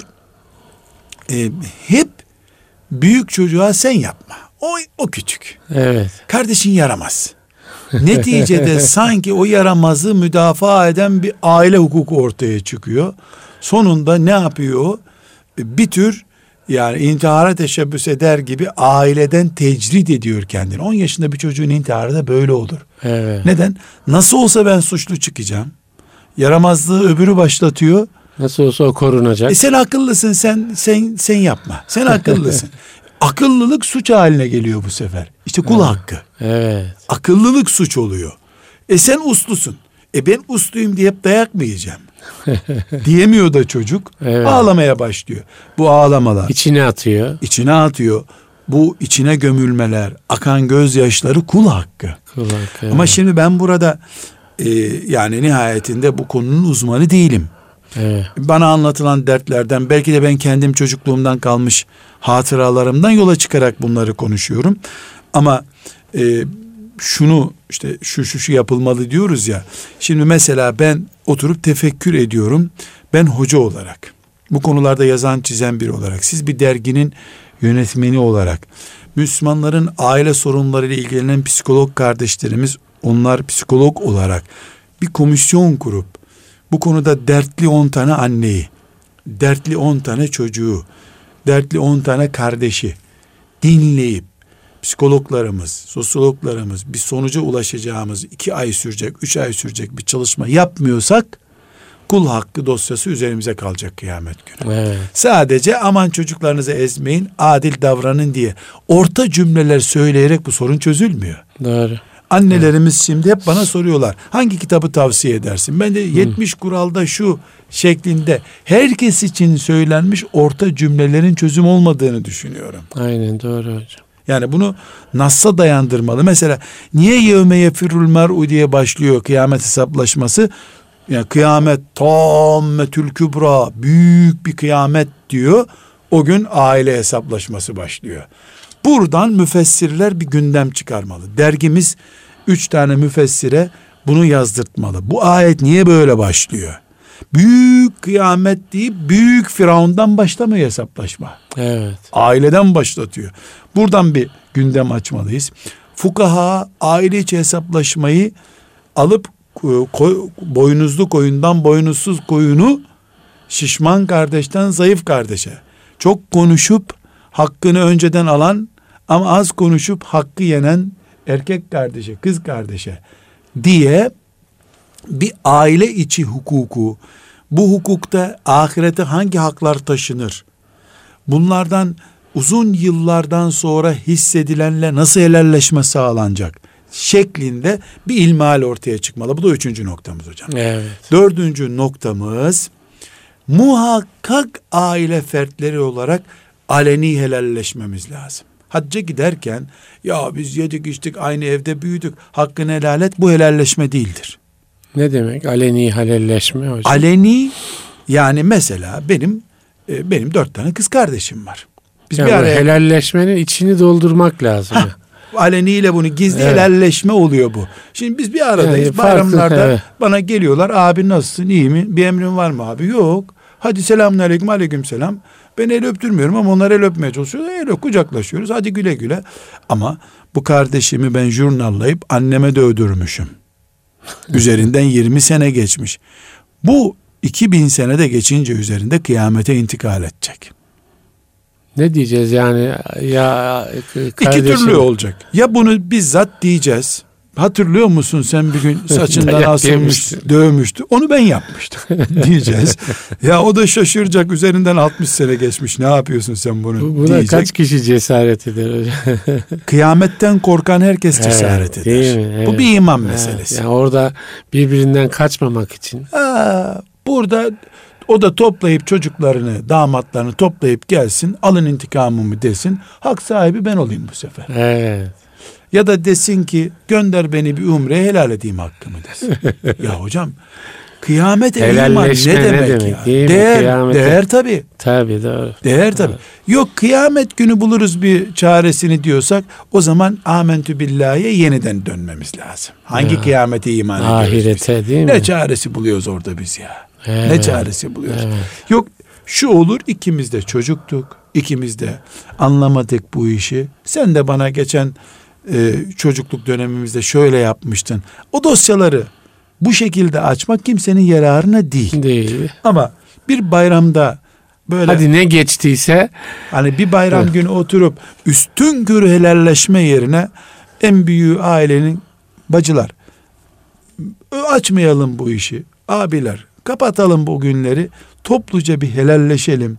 Hep büyük çocuğa sen yapma. O küçük. Evet. Kardeşin yaramaz. Neticede sanki o yaramazı müdafaa eden bir aile hukuku ortaya çıkıyor. Sonunda ne yapıyor? Bir tür yani intihara teşebbüs eder gibi aileden tecrit ediyor kendini. 10 yaşında bir çocuğun intiharı da böyle olur. Evet. Neden? Nasıl olsa ben suçlu çıkacağım. Yaramazlığı öbürü başlatıyor. Nasıl olsa o korunacak. Sen akıllısın, sen yapma. Sen akıllısın. Akıllılık suç haline geliyor bu sefer. İşte kul hakkı. Evet. Akıllılık suç oluyor. Sen uslusun. Ben usluyum diye hep dayak mı yiyeceğim? Diyemiyor da çocuk. Evet. Ağlamaya başlıyor. Bu ağlamalar. İçine atıyor. İçine atıyor. Bu içine gömülmeler, akan gözyaşları kul hakkı. Kul hakkı. Evet. Ama şimdi ben burada yani nihayetinde bu konunun uzmanı değilim. Evet. Bana anlatılan dertlerden, belki de ben kendim çocukluğumdan kalmış hatıralarımdan yola çıkarak bunları konuşuyorum. Ama şunu işte şu yapılmalı diyoruz ya. Şimdi mesela ben oturup tefekkür ediyorum. Ben hoca olarak, bu konularda yazan çizen biri olarak, siz bir derginin yönetmeni olarak, Müslümanların aile sorunlarıyla ilgilenen psikolog kardeşlerimiz, onlar psikolog olarak bir komisyon kurup bu konuda dertli 10 tane anneyi, dertli 10 tane çocuğu, dertli 10 tane kardeşi dinleyip psikologlarımız, sosyologlarımız bir sonuca ulaşacağımız 2 ay sürecek, 3 ay sürecek bir çalışma yapmıyorsak kul hakkı dosyası üzerimize kalacak kıyamet günü. Evet. Sadece aman çocuklarınızı ezmeyin, adil davranın diye orta cümleler söyleyerek bu sorun çözülmüyor. Doğru. Annelerimiz şimdi hep bana soruyorlar. Hangi kitabı tavsiye edersin? Ben de 70 kuralda şu şeklinde herkes için söylenmiş orta cümlelerin çözüm olmadığını düşünüyorum. Aynen doğru hocam. Yani bunu Nass'a dayandırmalı. Mesela niye yevme yefirul mer'u diye başlıyor kıyamet hesaplaşması? Yani kıyamet tammetül kübra, büyük bir kıyamet diyor. O gün aile hesaplaşması başlıyor. Buradan müfessirler bir gündem çıkarmalı. Dergimiz 3 tane müfessire bunu yazdırtmalı. Bu ayet niye böyle başlıyor? Büyük kıyamet deyip büyük Firavundan başlamıyor hesaplaşma. Evet. Aileden başlatıyor. Buradan bir gündem açmalıyız. Fukaha aile içi hesaplaşmayı alıp boynuzlu koyundan boynuzsuz koyunu, şişman kardeşten zayıf kardeşe, çok konuşup hakkını önceden alan ama az konuşup hakkı yenen erkek kardeşe, kız kardeşe diye bir aile içi hukuku, bu hukukta ahirete hangi haklar taşınır, bunlardan uzun yıllardan sonra hissedilenle nasıl helalleşme sağlanacak şeklinde bir ilmihal ortaya çıkmalı. Bu da 3. noktamız hocam. Evet. 4. noktamız, muhakkak aile fertleri olarak aleni helalleşmemiz lazım. Hacca giderken ya biz yedik içtik aynı evde büyüdük, hakkını helal et, bu helalleşme değildir. Ne demek aleni helalleşme hocam? Aleni yani mesela benim 4 tane kız kardeşim var. Biz yani bir araya helalleşmenin içini doldurmak lazım. Aleniyle bunu gizli helalleşme oluyor bu. Şimdi biz bir aradayız. Yani bayramlarda bana geliyorlar. Abi nasılsın? İyi mi? Bir emrin var mı abi? Yok. Hadi selamünaleyküm, aleykümselam. Ben el öptürmüyorum ama onlar el öpmeye çalışıyorlar. El öp, kucaklaşıyoruz. Hadi güle güle. Ama bu kardeşimi ben jurnallayıp anneme de öldürmüşüm. Üzerinden 20 sene geçmiş. Bu 2000 senede geçince üzerinde kıyamete intikal edecek. Ne diyeceğiz yani ya kardeşim? 2 türlü olacak. Ya bunu bizzat diyeceğiz. Hatırlıyor musun sen bir gün saçından asılmış, dövmüştü. Onu ben yapmıştım diyeceğiz. Ya o da şaşıracak, üzerinden 60 sene geçmiş. Ne yapıyorsun sen bunu buna diyecek. Kaç kişi cesaret eder hocam? Kıyametten korkan herkes cesaret eder. Değil mi? Evet. Bu bir iman meselesi. Yani orada birbirinden kaçmamak için. Burada O da toplayıp çocuklarını, damatlarını toplayıp gelsin, alın intikamımı desin. Hak sahibi ben olayım bu sefer. Evet. Ya da desin ki gönder beni bir umreye, helal edeyim hakkımı desin. Ya hocam, kıyamete iman ne demek ya? Değer tabii. Tabii, doğru. Değer tabii. Yok, kıyamet günü buluruz bir çaresini diyorsak, o zaman amentü billahi'ye yeniden dönmemiz lazım. Hangi kıyamete iman ediyoruz ahirete biz? değil mi? Ne çaresi buluyoruz orada biz ya? Evet. Ne çaresi buluyoruz? Evet. Yok, şu olur, ikimiz de çocuktuk, ikimiz de anlamadık bu işi. Sen de bana geçen çocukluk dönemimizde şöyle yapmıştın. O dosyaları bu şekilde açmak kimsenin yararına değil. Değil. Ama bir bayramda böyle, hadi ne geçtiyse, hani bir bayram günü oturup üstünkörü helalleşme yerine, en büyüğü ailenin bacılar, açmayalım bu işi. Abiler, kapatalım bu günleri. Topluca bir helalleşelim.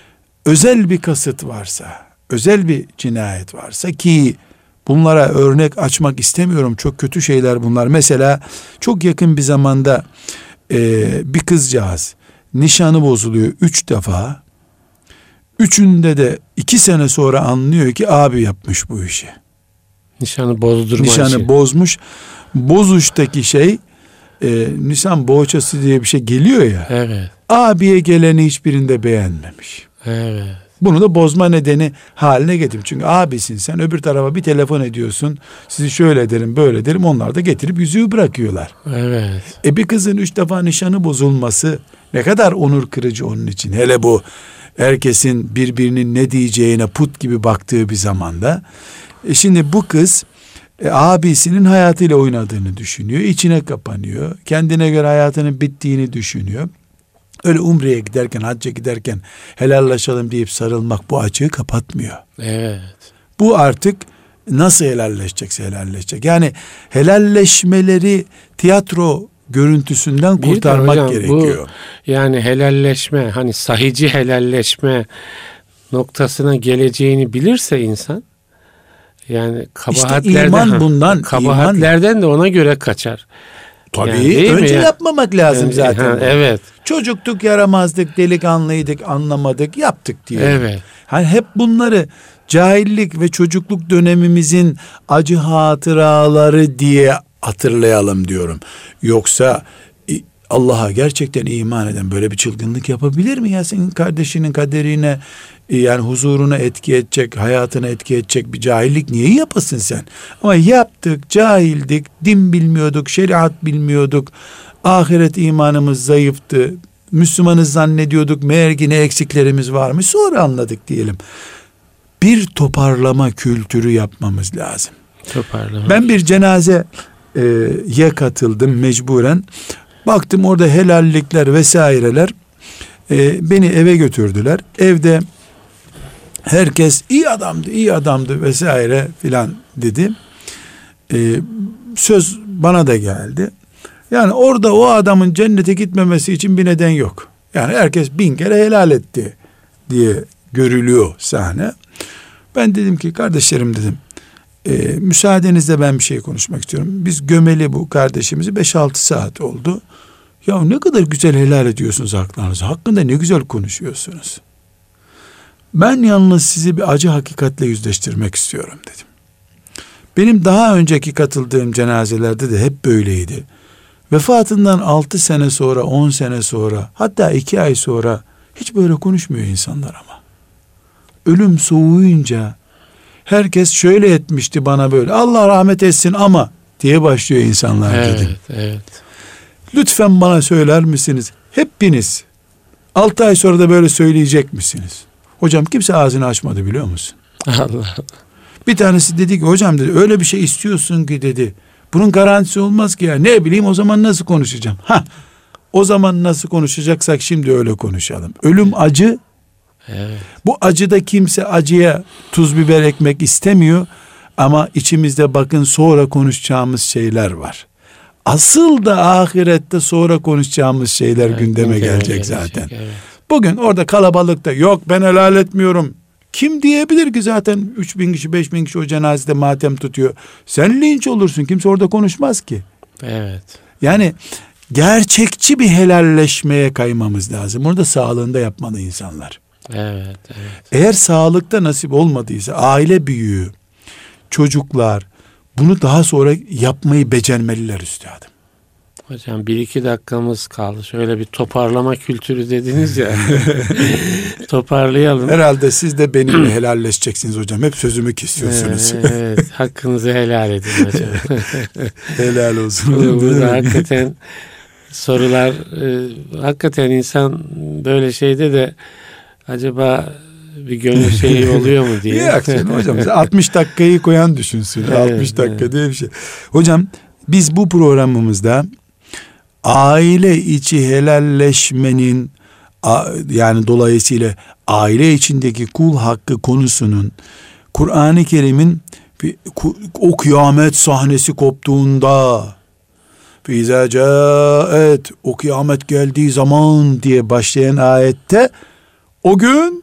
Özel bir kasıt varsa, özel bir cinayet varsa, ki bunlara örnek açmak istemiyorum. Çok kötü şeyler bunlar. Mesela çok yakın bir zamanda bir kızcağız nişanı bozuluyor 3 defa. Üçünde de 2 sene sonra anlıyor ki abi yapmış bu işi. nişanı bozdurma Nişanı işi. bozmuş. Bozuştaki şey nişan boğaçası diye bir şey geliyor ya. Evet. Abiye geleni hiçbirinde beğenmemiş. Evet. Bunu da bozma nedeni haline getirdim. Çünkü abisin sen, öbür tarafa bir telefon ediyorsun. Sizi şöyle ederim, böyle ederim. Onlar da getirip yüzüğü bırakıyorlar. Evet. Bir kızın 3 defa nişanı bozulması ne kadar onur kırıcı onun için. Hele bu herkesin birbirinin ne diyeceğine put gibi baktığı bir zamanda. Şimdi bu kız abisinin hayatıyla oynadığını düşünüyor. İçine kapanıyor. Kendine göre hayatının bittiğini düşünüyor. Öyle umreye giderken, hacca giderken helallaşalım deyip sarılmak bu açığı kapatmıyor. Evet. Bu artık nasıl helalleşecekse helalleşecek. Yani helalleşmeleri tiyatro görüntüsünden kurtarmak hocam, gerekiyor. Bu, yani helalleşme, hani sahici helalleşme noktasına geleceğini bilirse insan, yani kabahatlerden, iman bundan, kabahatlerden de ona göre kaçar. Tabii Yani önce yapmamak lazım zaten. Evet. Çocuktuk, yaramazdık, delikanlıydık, anlamadık, yaptık diye. Evet. Hani hep bunları cahillik ve çocukluk dönemimizin acı hatıraları diye hatırlayalım diyorum. Yoksa Allah'a gerçekten iman eden böyle bir çılgınlık yapabilir mi ya? Senin kardeşinin kaderine, yani huzuruna etki edecek, hayatına etki edecek bir cahillik niye yapasın sen? Ama yaptık, cahildik, din bilmiyorduk, şeriat bilmiyorduk, ahiret imanımız zayıftı, Müslümanız zannediyorduk, meğer ki ne eksiklerimiz varmış, sonra anladık diyelim. Bir toparlama kültürü yapmamız lazım. Toparlama. Ben bir cenazeye katıldım mecburen. Baktım orada helallikler vesaireler. Beni eve götürdüler. Evde herkes iyi adamdı vesaire filan dedi. Söz bana da geldi. Yani orada o adamın cennete gitmemesi için bir neden yok. Yani herkes 1000 kere helal etti diye görülüyor sahne. Ben dedim ki kardeşlerim dedim, müsaadenizle ben bir şey konuşmak istiyorum. Biz gömeli bu kardeşimizi 5-6 saat oldu. Ya ne kadar güzel helal ediyorsunuz haklarınızı. Hakkında ne güzel konuşuyorsunuz. Ben yalnız sizi bir acı hakikatle yüzleştirmek istiyorum dedim. Benim daha önceki katıldığım cenazelerde de hep böyleydi. Vefatından 6 sene sonra, 10 sene sonra, hatta 2 ay sonra hiç böyle konuşmuyor insanlar ama. Ölüm soğuyunca herkes şöyle etmişti bana böyle, Allah rahmet etsin ama diye başlıyor insanlar dedim. Evet. Lütfen bana söyler misiniz? Hepiniz 6 ay sonra da böyle söyleyecek misiniz? Hocam kimse ağzını açmadı biliyor musun? Allah. Bir tanesi dedi ki hocam dedi, öyle bir şey istiyorsun ki dedi, bunun garantisi olmaz ki ya, ne bileyim o zaman nasıl konuşacağım? O zaman nasıl konuşacaksak şimdi öyle konuşalım. Ölüm acı. Evet. Bu acıda kimse acıya tuz biber ekmek istemiyor ama içimizde bakın sonra konuşacağımız şeyler var. Asıl da ahirette sonra konuşacağımız şeyler gündeme gelecek zaten. Evet. Bugün orada kalabalıkta yok ben helal etmiyorum. Kim diyebilir ki zaten 3000 kişi 5000 kişi o cenazede matem tutuyor. Sen linç olursun, kimse orada konuşmaz ki. Evet. Yani gerçekçi bir helalleşmeye kaymamız lazım. Bunu da sağlığında yapmalı insanlar. Evet, evet. Eğer sağlıkta nasip olmadıysa aile büyüğü, çocuklar bunu daha sonra yapmayı becermeliler üstadım. Hocam 1-2 dakikamız kaldı. Şöyle bir toparlama kültürü dediniz ya. Toparlayalım. Herhalde siz de benimle helalleşeceksiniz hocam. Hep sözümü kesiyorsunuz. Evet, hakkınızı helal edin hocam. Helal olsun. Burada hakikaten sorular, hakikaten insan böyle şeyde de acaba bir gönül şeyi oluyor mu diye. Yok canım hocam. 60 dakikayı koyan düşünsün. Evet, 60 dakika evet. diye bir şey. Hocam biz bu programımızda aile içi helalleşmenin yani dolayısıyla aile içindeki kul hakkı konusunun Kur'an-ı Kerim'in o kıyamet sahnesi koptuğunda فَاِذَا جَاءَتْ o kıyamet geldiği zaman diye başlayan ayette o gün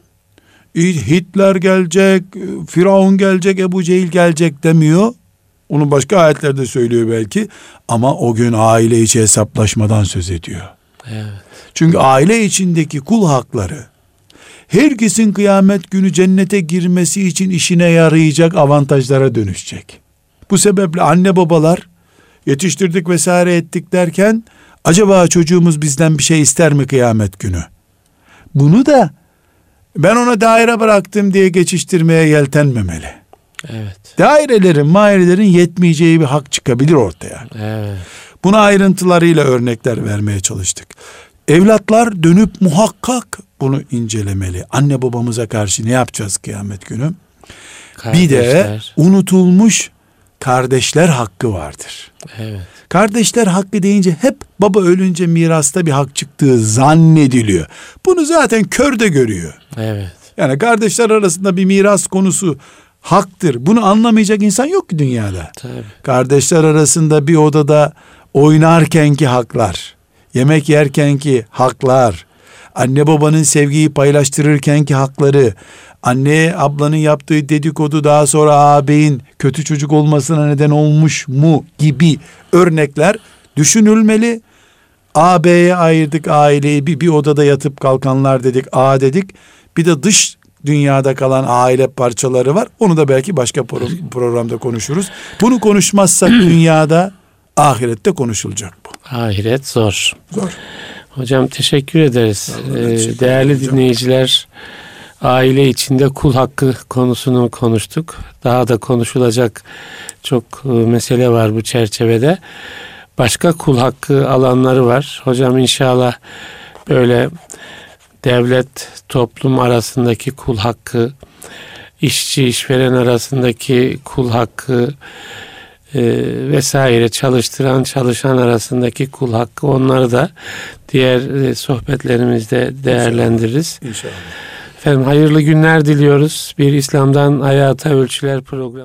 Hitler gelecek, Firavun gelecek, Ebu Cehil gelecek demiyor. Onu başka ayetlerde söylüyor belki. Ama o gün aile içi hesaplaşmadan söz ediyor. Evet. Çünkü aile içindeki kul hakları herkesin kıyamet günü cennete girmesi için işine yarayacak avantajlara dönüşecek. Bu sebeple anne babalar yetiştirdik vesaire ettik derken acaba çocuğumuz bizden bir şey ister mi kıyamet günü? Bunu da ben ona daire bıraktım diye geçiştirmeye yeltenmemeli. Evet. Dairelerin yetmeyeceği bir hak çıkabilir ortaya. Evet. Buna ayrıntılarıyla örnekler vermeye çalıştık. Evlatlar dönüp muhakkak bunu incelemeli. Anne babamıza karşı ne yapacağız kıyamet günü? Bir de unutulmuş kardeşler hakkı vardır. Evet. Kardeşler hakkı deyince hep baba ölünce mirasta bir hak çıktığı zannediliyor. Bunu zaten kör de görüyor. Evet. Yani kardeşler arasında bir miras konusu haktır. Bunu anlamayacak insan yok ki dünyada. Tabii. Kardeşler arasında bir odada oynarkenki haklar, yemek yerkenki haklar, anne babanın sevgiyi paylaştırırkenki hakları, anne ablanın yaptığı dedikodu daha sonra ağabeyin kötü çocuk olmasına neden olmuş mu gibi örnekler düşünülmeli. AB'ye ayırdık aileyi, bir odada yatıp kalkanlar dedik, A dedik. Bir de dış dünyada kalan aile parçaları var. Onu da belki başka programda konuşuruz. Bunu konuşmazsak dünyada, ahirette konuşulacak bu. Ahiret zor. Zor. Hocam teşekkür ederiz. Teşekkür Değerli hocam. Dinleyiciler, aile içinde kul hakkı konusunu konuştuk. Daha da konuşulacak çok mesele var bu çerçevede. Başka kul hakkı alanları var. Hocam inşallah böyle devlet toplum arasındaki kul hakkı, işçi işveren arasındaki kul hakkı vesaire, çalıştıran çalışan arasındaki kul hakkı, onları da diğer sohbetlerimizde değerlendiririz. İnşallah. Efendim hayırlı günler diliyoruz. Bir İslam'dan Hayata Ölçüler programı.